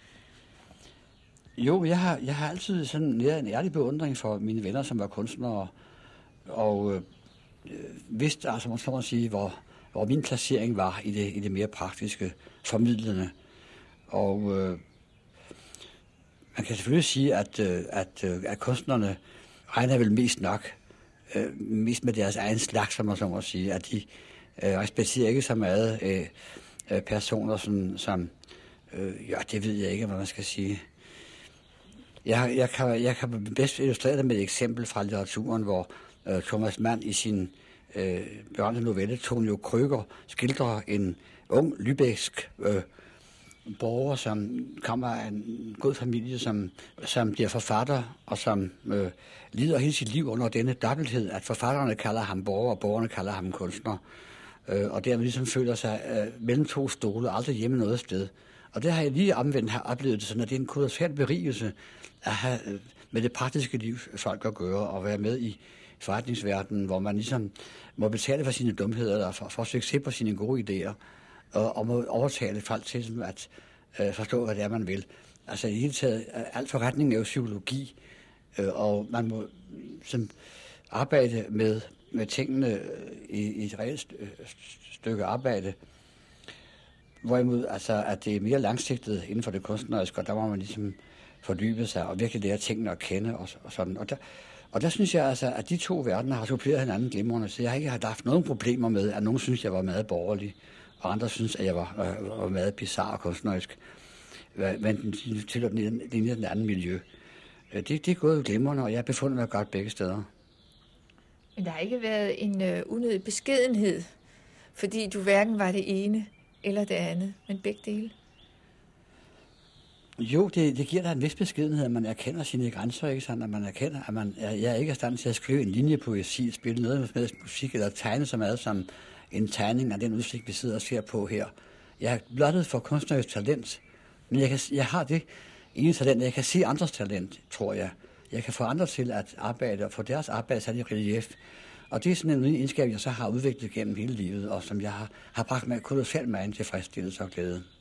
Jo, jeg har, jeg har altid sådan en ærlig beundring for mine venner, som var kunstnere, og øh, vidste, altså man skal sige, hvor, hvor min placering var i det, i det mere praktiske, formidlende. Og øh, man kan selvfølgelig sige, at, øh, at, øh, at kunstnerne regner vel mest nok, øh, mest med deres egen slags, som man så må sige, at de øh, respekterer ikke så meget øh, personer, som, som øh, ja, det ved jeg ikke, hvad man skal sige. Jeg, jeg, kan, jeg kan bedst illustrere det med et eksempel fra litteraturen, hvor øh, Thomas Mann i sin øh, berømte novelle Tonio Krøger skildrer en ung lübecksk øh, borger, som kommer af en god familie, som, som bliver forfatter, og som øh, lider hele sit liv under denne dobbelthed, at forfatterne kalder ham borger, og borgerne kalder ham kunstner. Øh, og dermed ligesom føler sig øh, mellem to stole, og aldrig hjemme noget sted. Og det har jeg lige omvendt har oplevet det sådan, at det er en kolossal berigelse at have øh, med det praktiske liv folk at gøre, og være med i forretningsverdenen, hvor man ligesom må betale for sine dumheder, eller for, for succes på sine gode idéer, og, og må overtale folk til at øh, forstå, hvad det er, man vil. Altså i hele taget, alt forretning er jo psykologi, øh, og man må som, arbejde med, med tingene i, i et reelt stykke arbejde, hvorimod altså, at det er mere langsigtet inden for det kunstneriske, og der må man ligesom fordybe sig og virkelig lære tingene at kende og, og sådan. Og der, og der synes jeg altså, at de to verdener har suppleret hinanden glimrende, så jeg har ikke haft nogen problemer med, at nogen synes, jeg var meget borgerlig, og andre synes, at jeg var, øh, var meget bizarre og kunstnerisk. Men den til den ene den anden miljø. Det, det er gået glimrende, og jeg har befundet mig godt begge steder. Men der har ikke været en øh, unødig beskedenhed, fordi du hverken var det ene eller det andet, men begge dele? Jo, det, det giver dig en vis beskedenhed, at man erkender sine grænser, ikke sådan, at man erkender, at man, jeg er ikke i stand til at skrive en linje poesi, spille noget med musik, eller tegne så meget som en tegning af den udsigt, vi sidder og ser på her. Jeg er blottet for kunstnerisk talent, men jeg, kan, jeg har det ene talent, jeg kan se andres talent, tror jeg. Jeg kan få andre til at arbejde, og få deres arbejde sat i relief. Og det er sådan en egenskab, jeg så har udviklet gennem hele livet, og som jeg har, har bragt mig kolossalt meget tilfredsstillelse og glæde.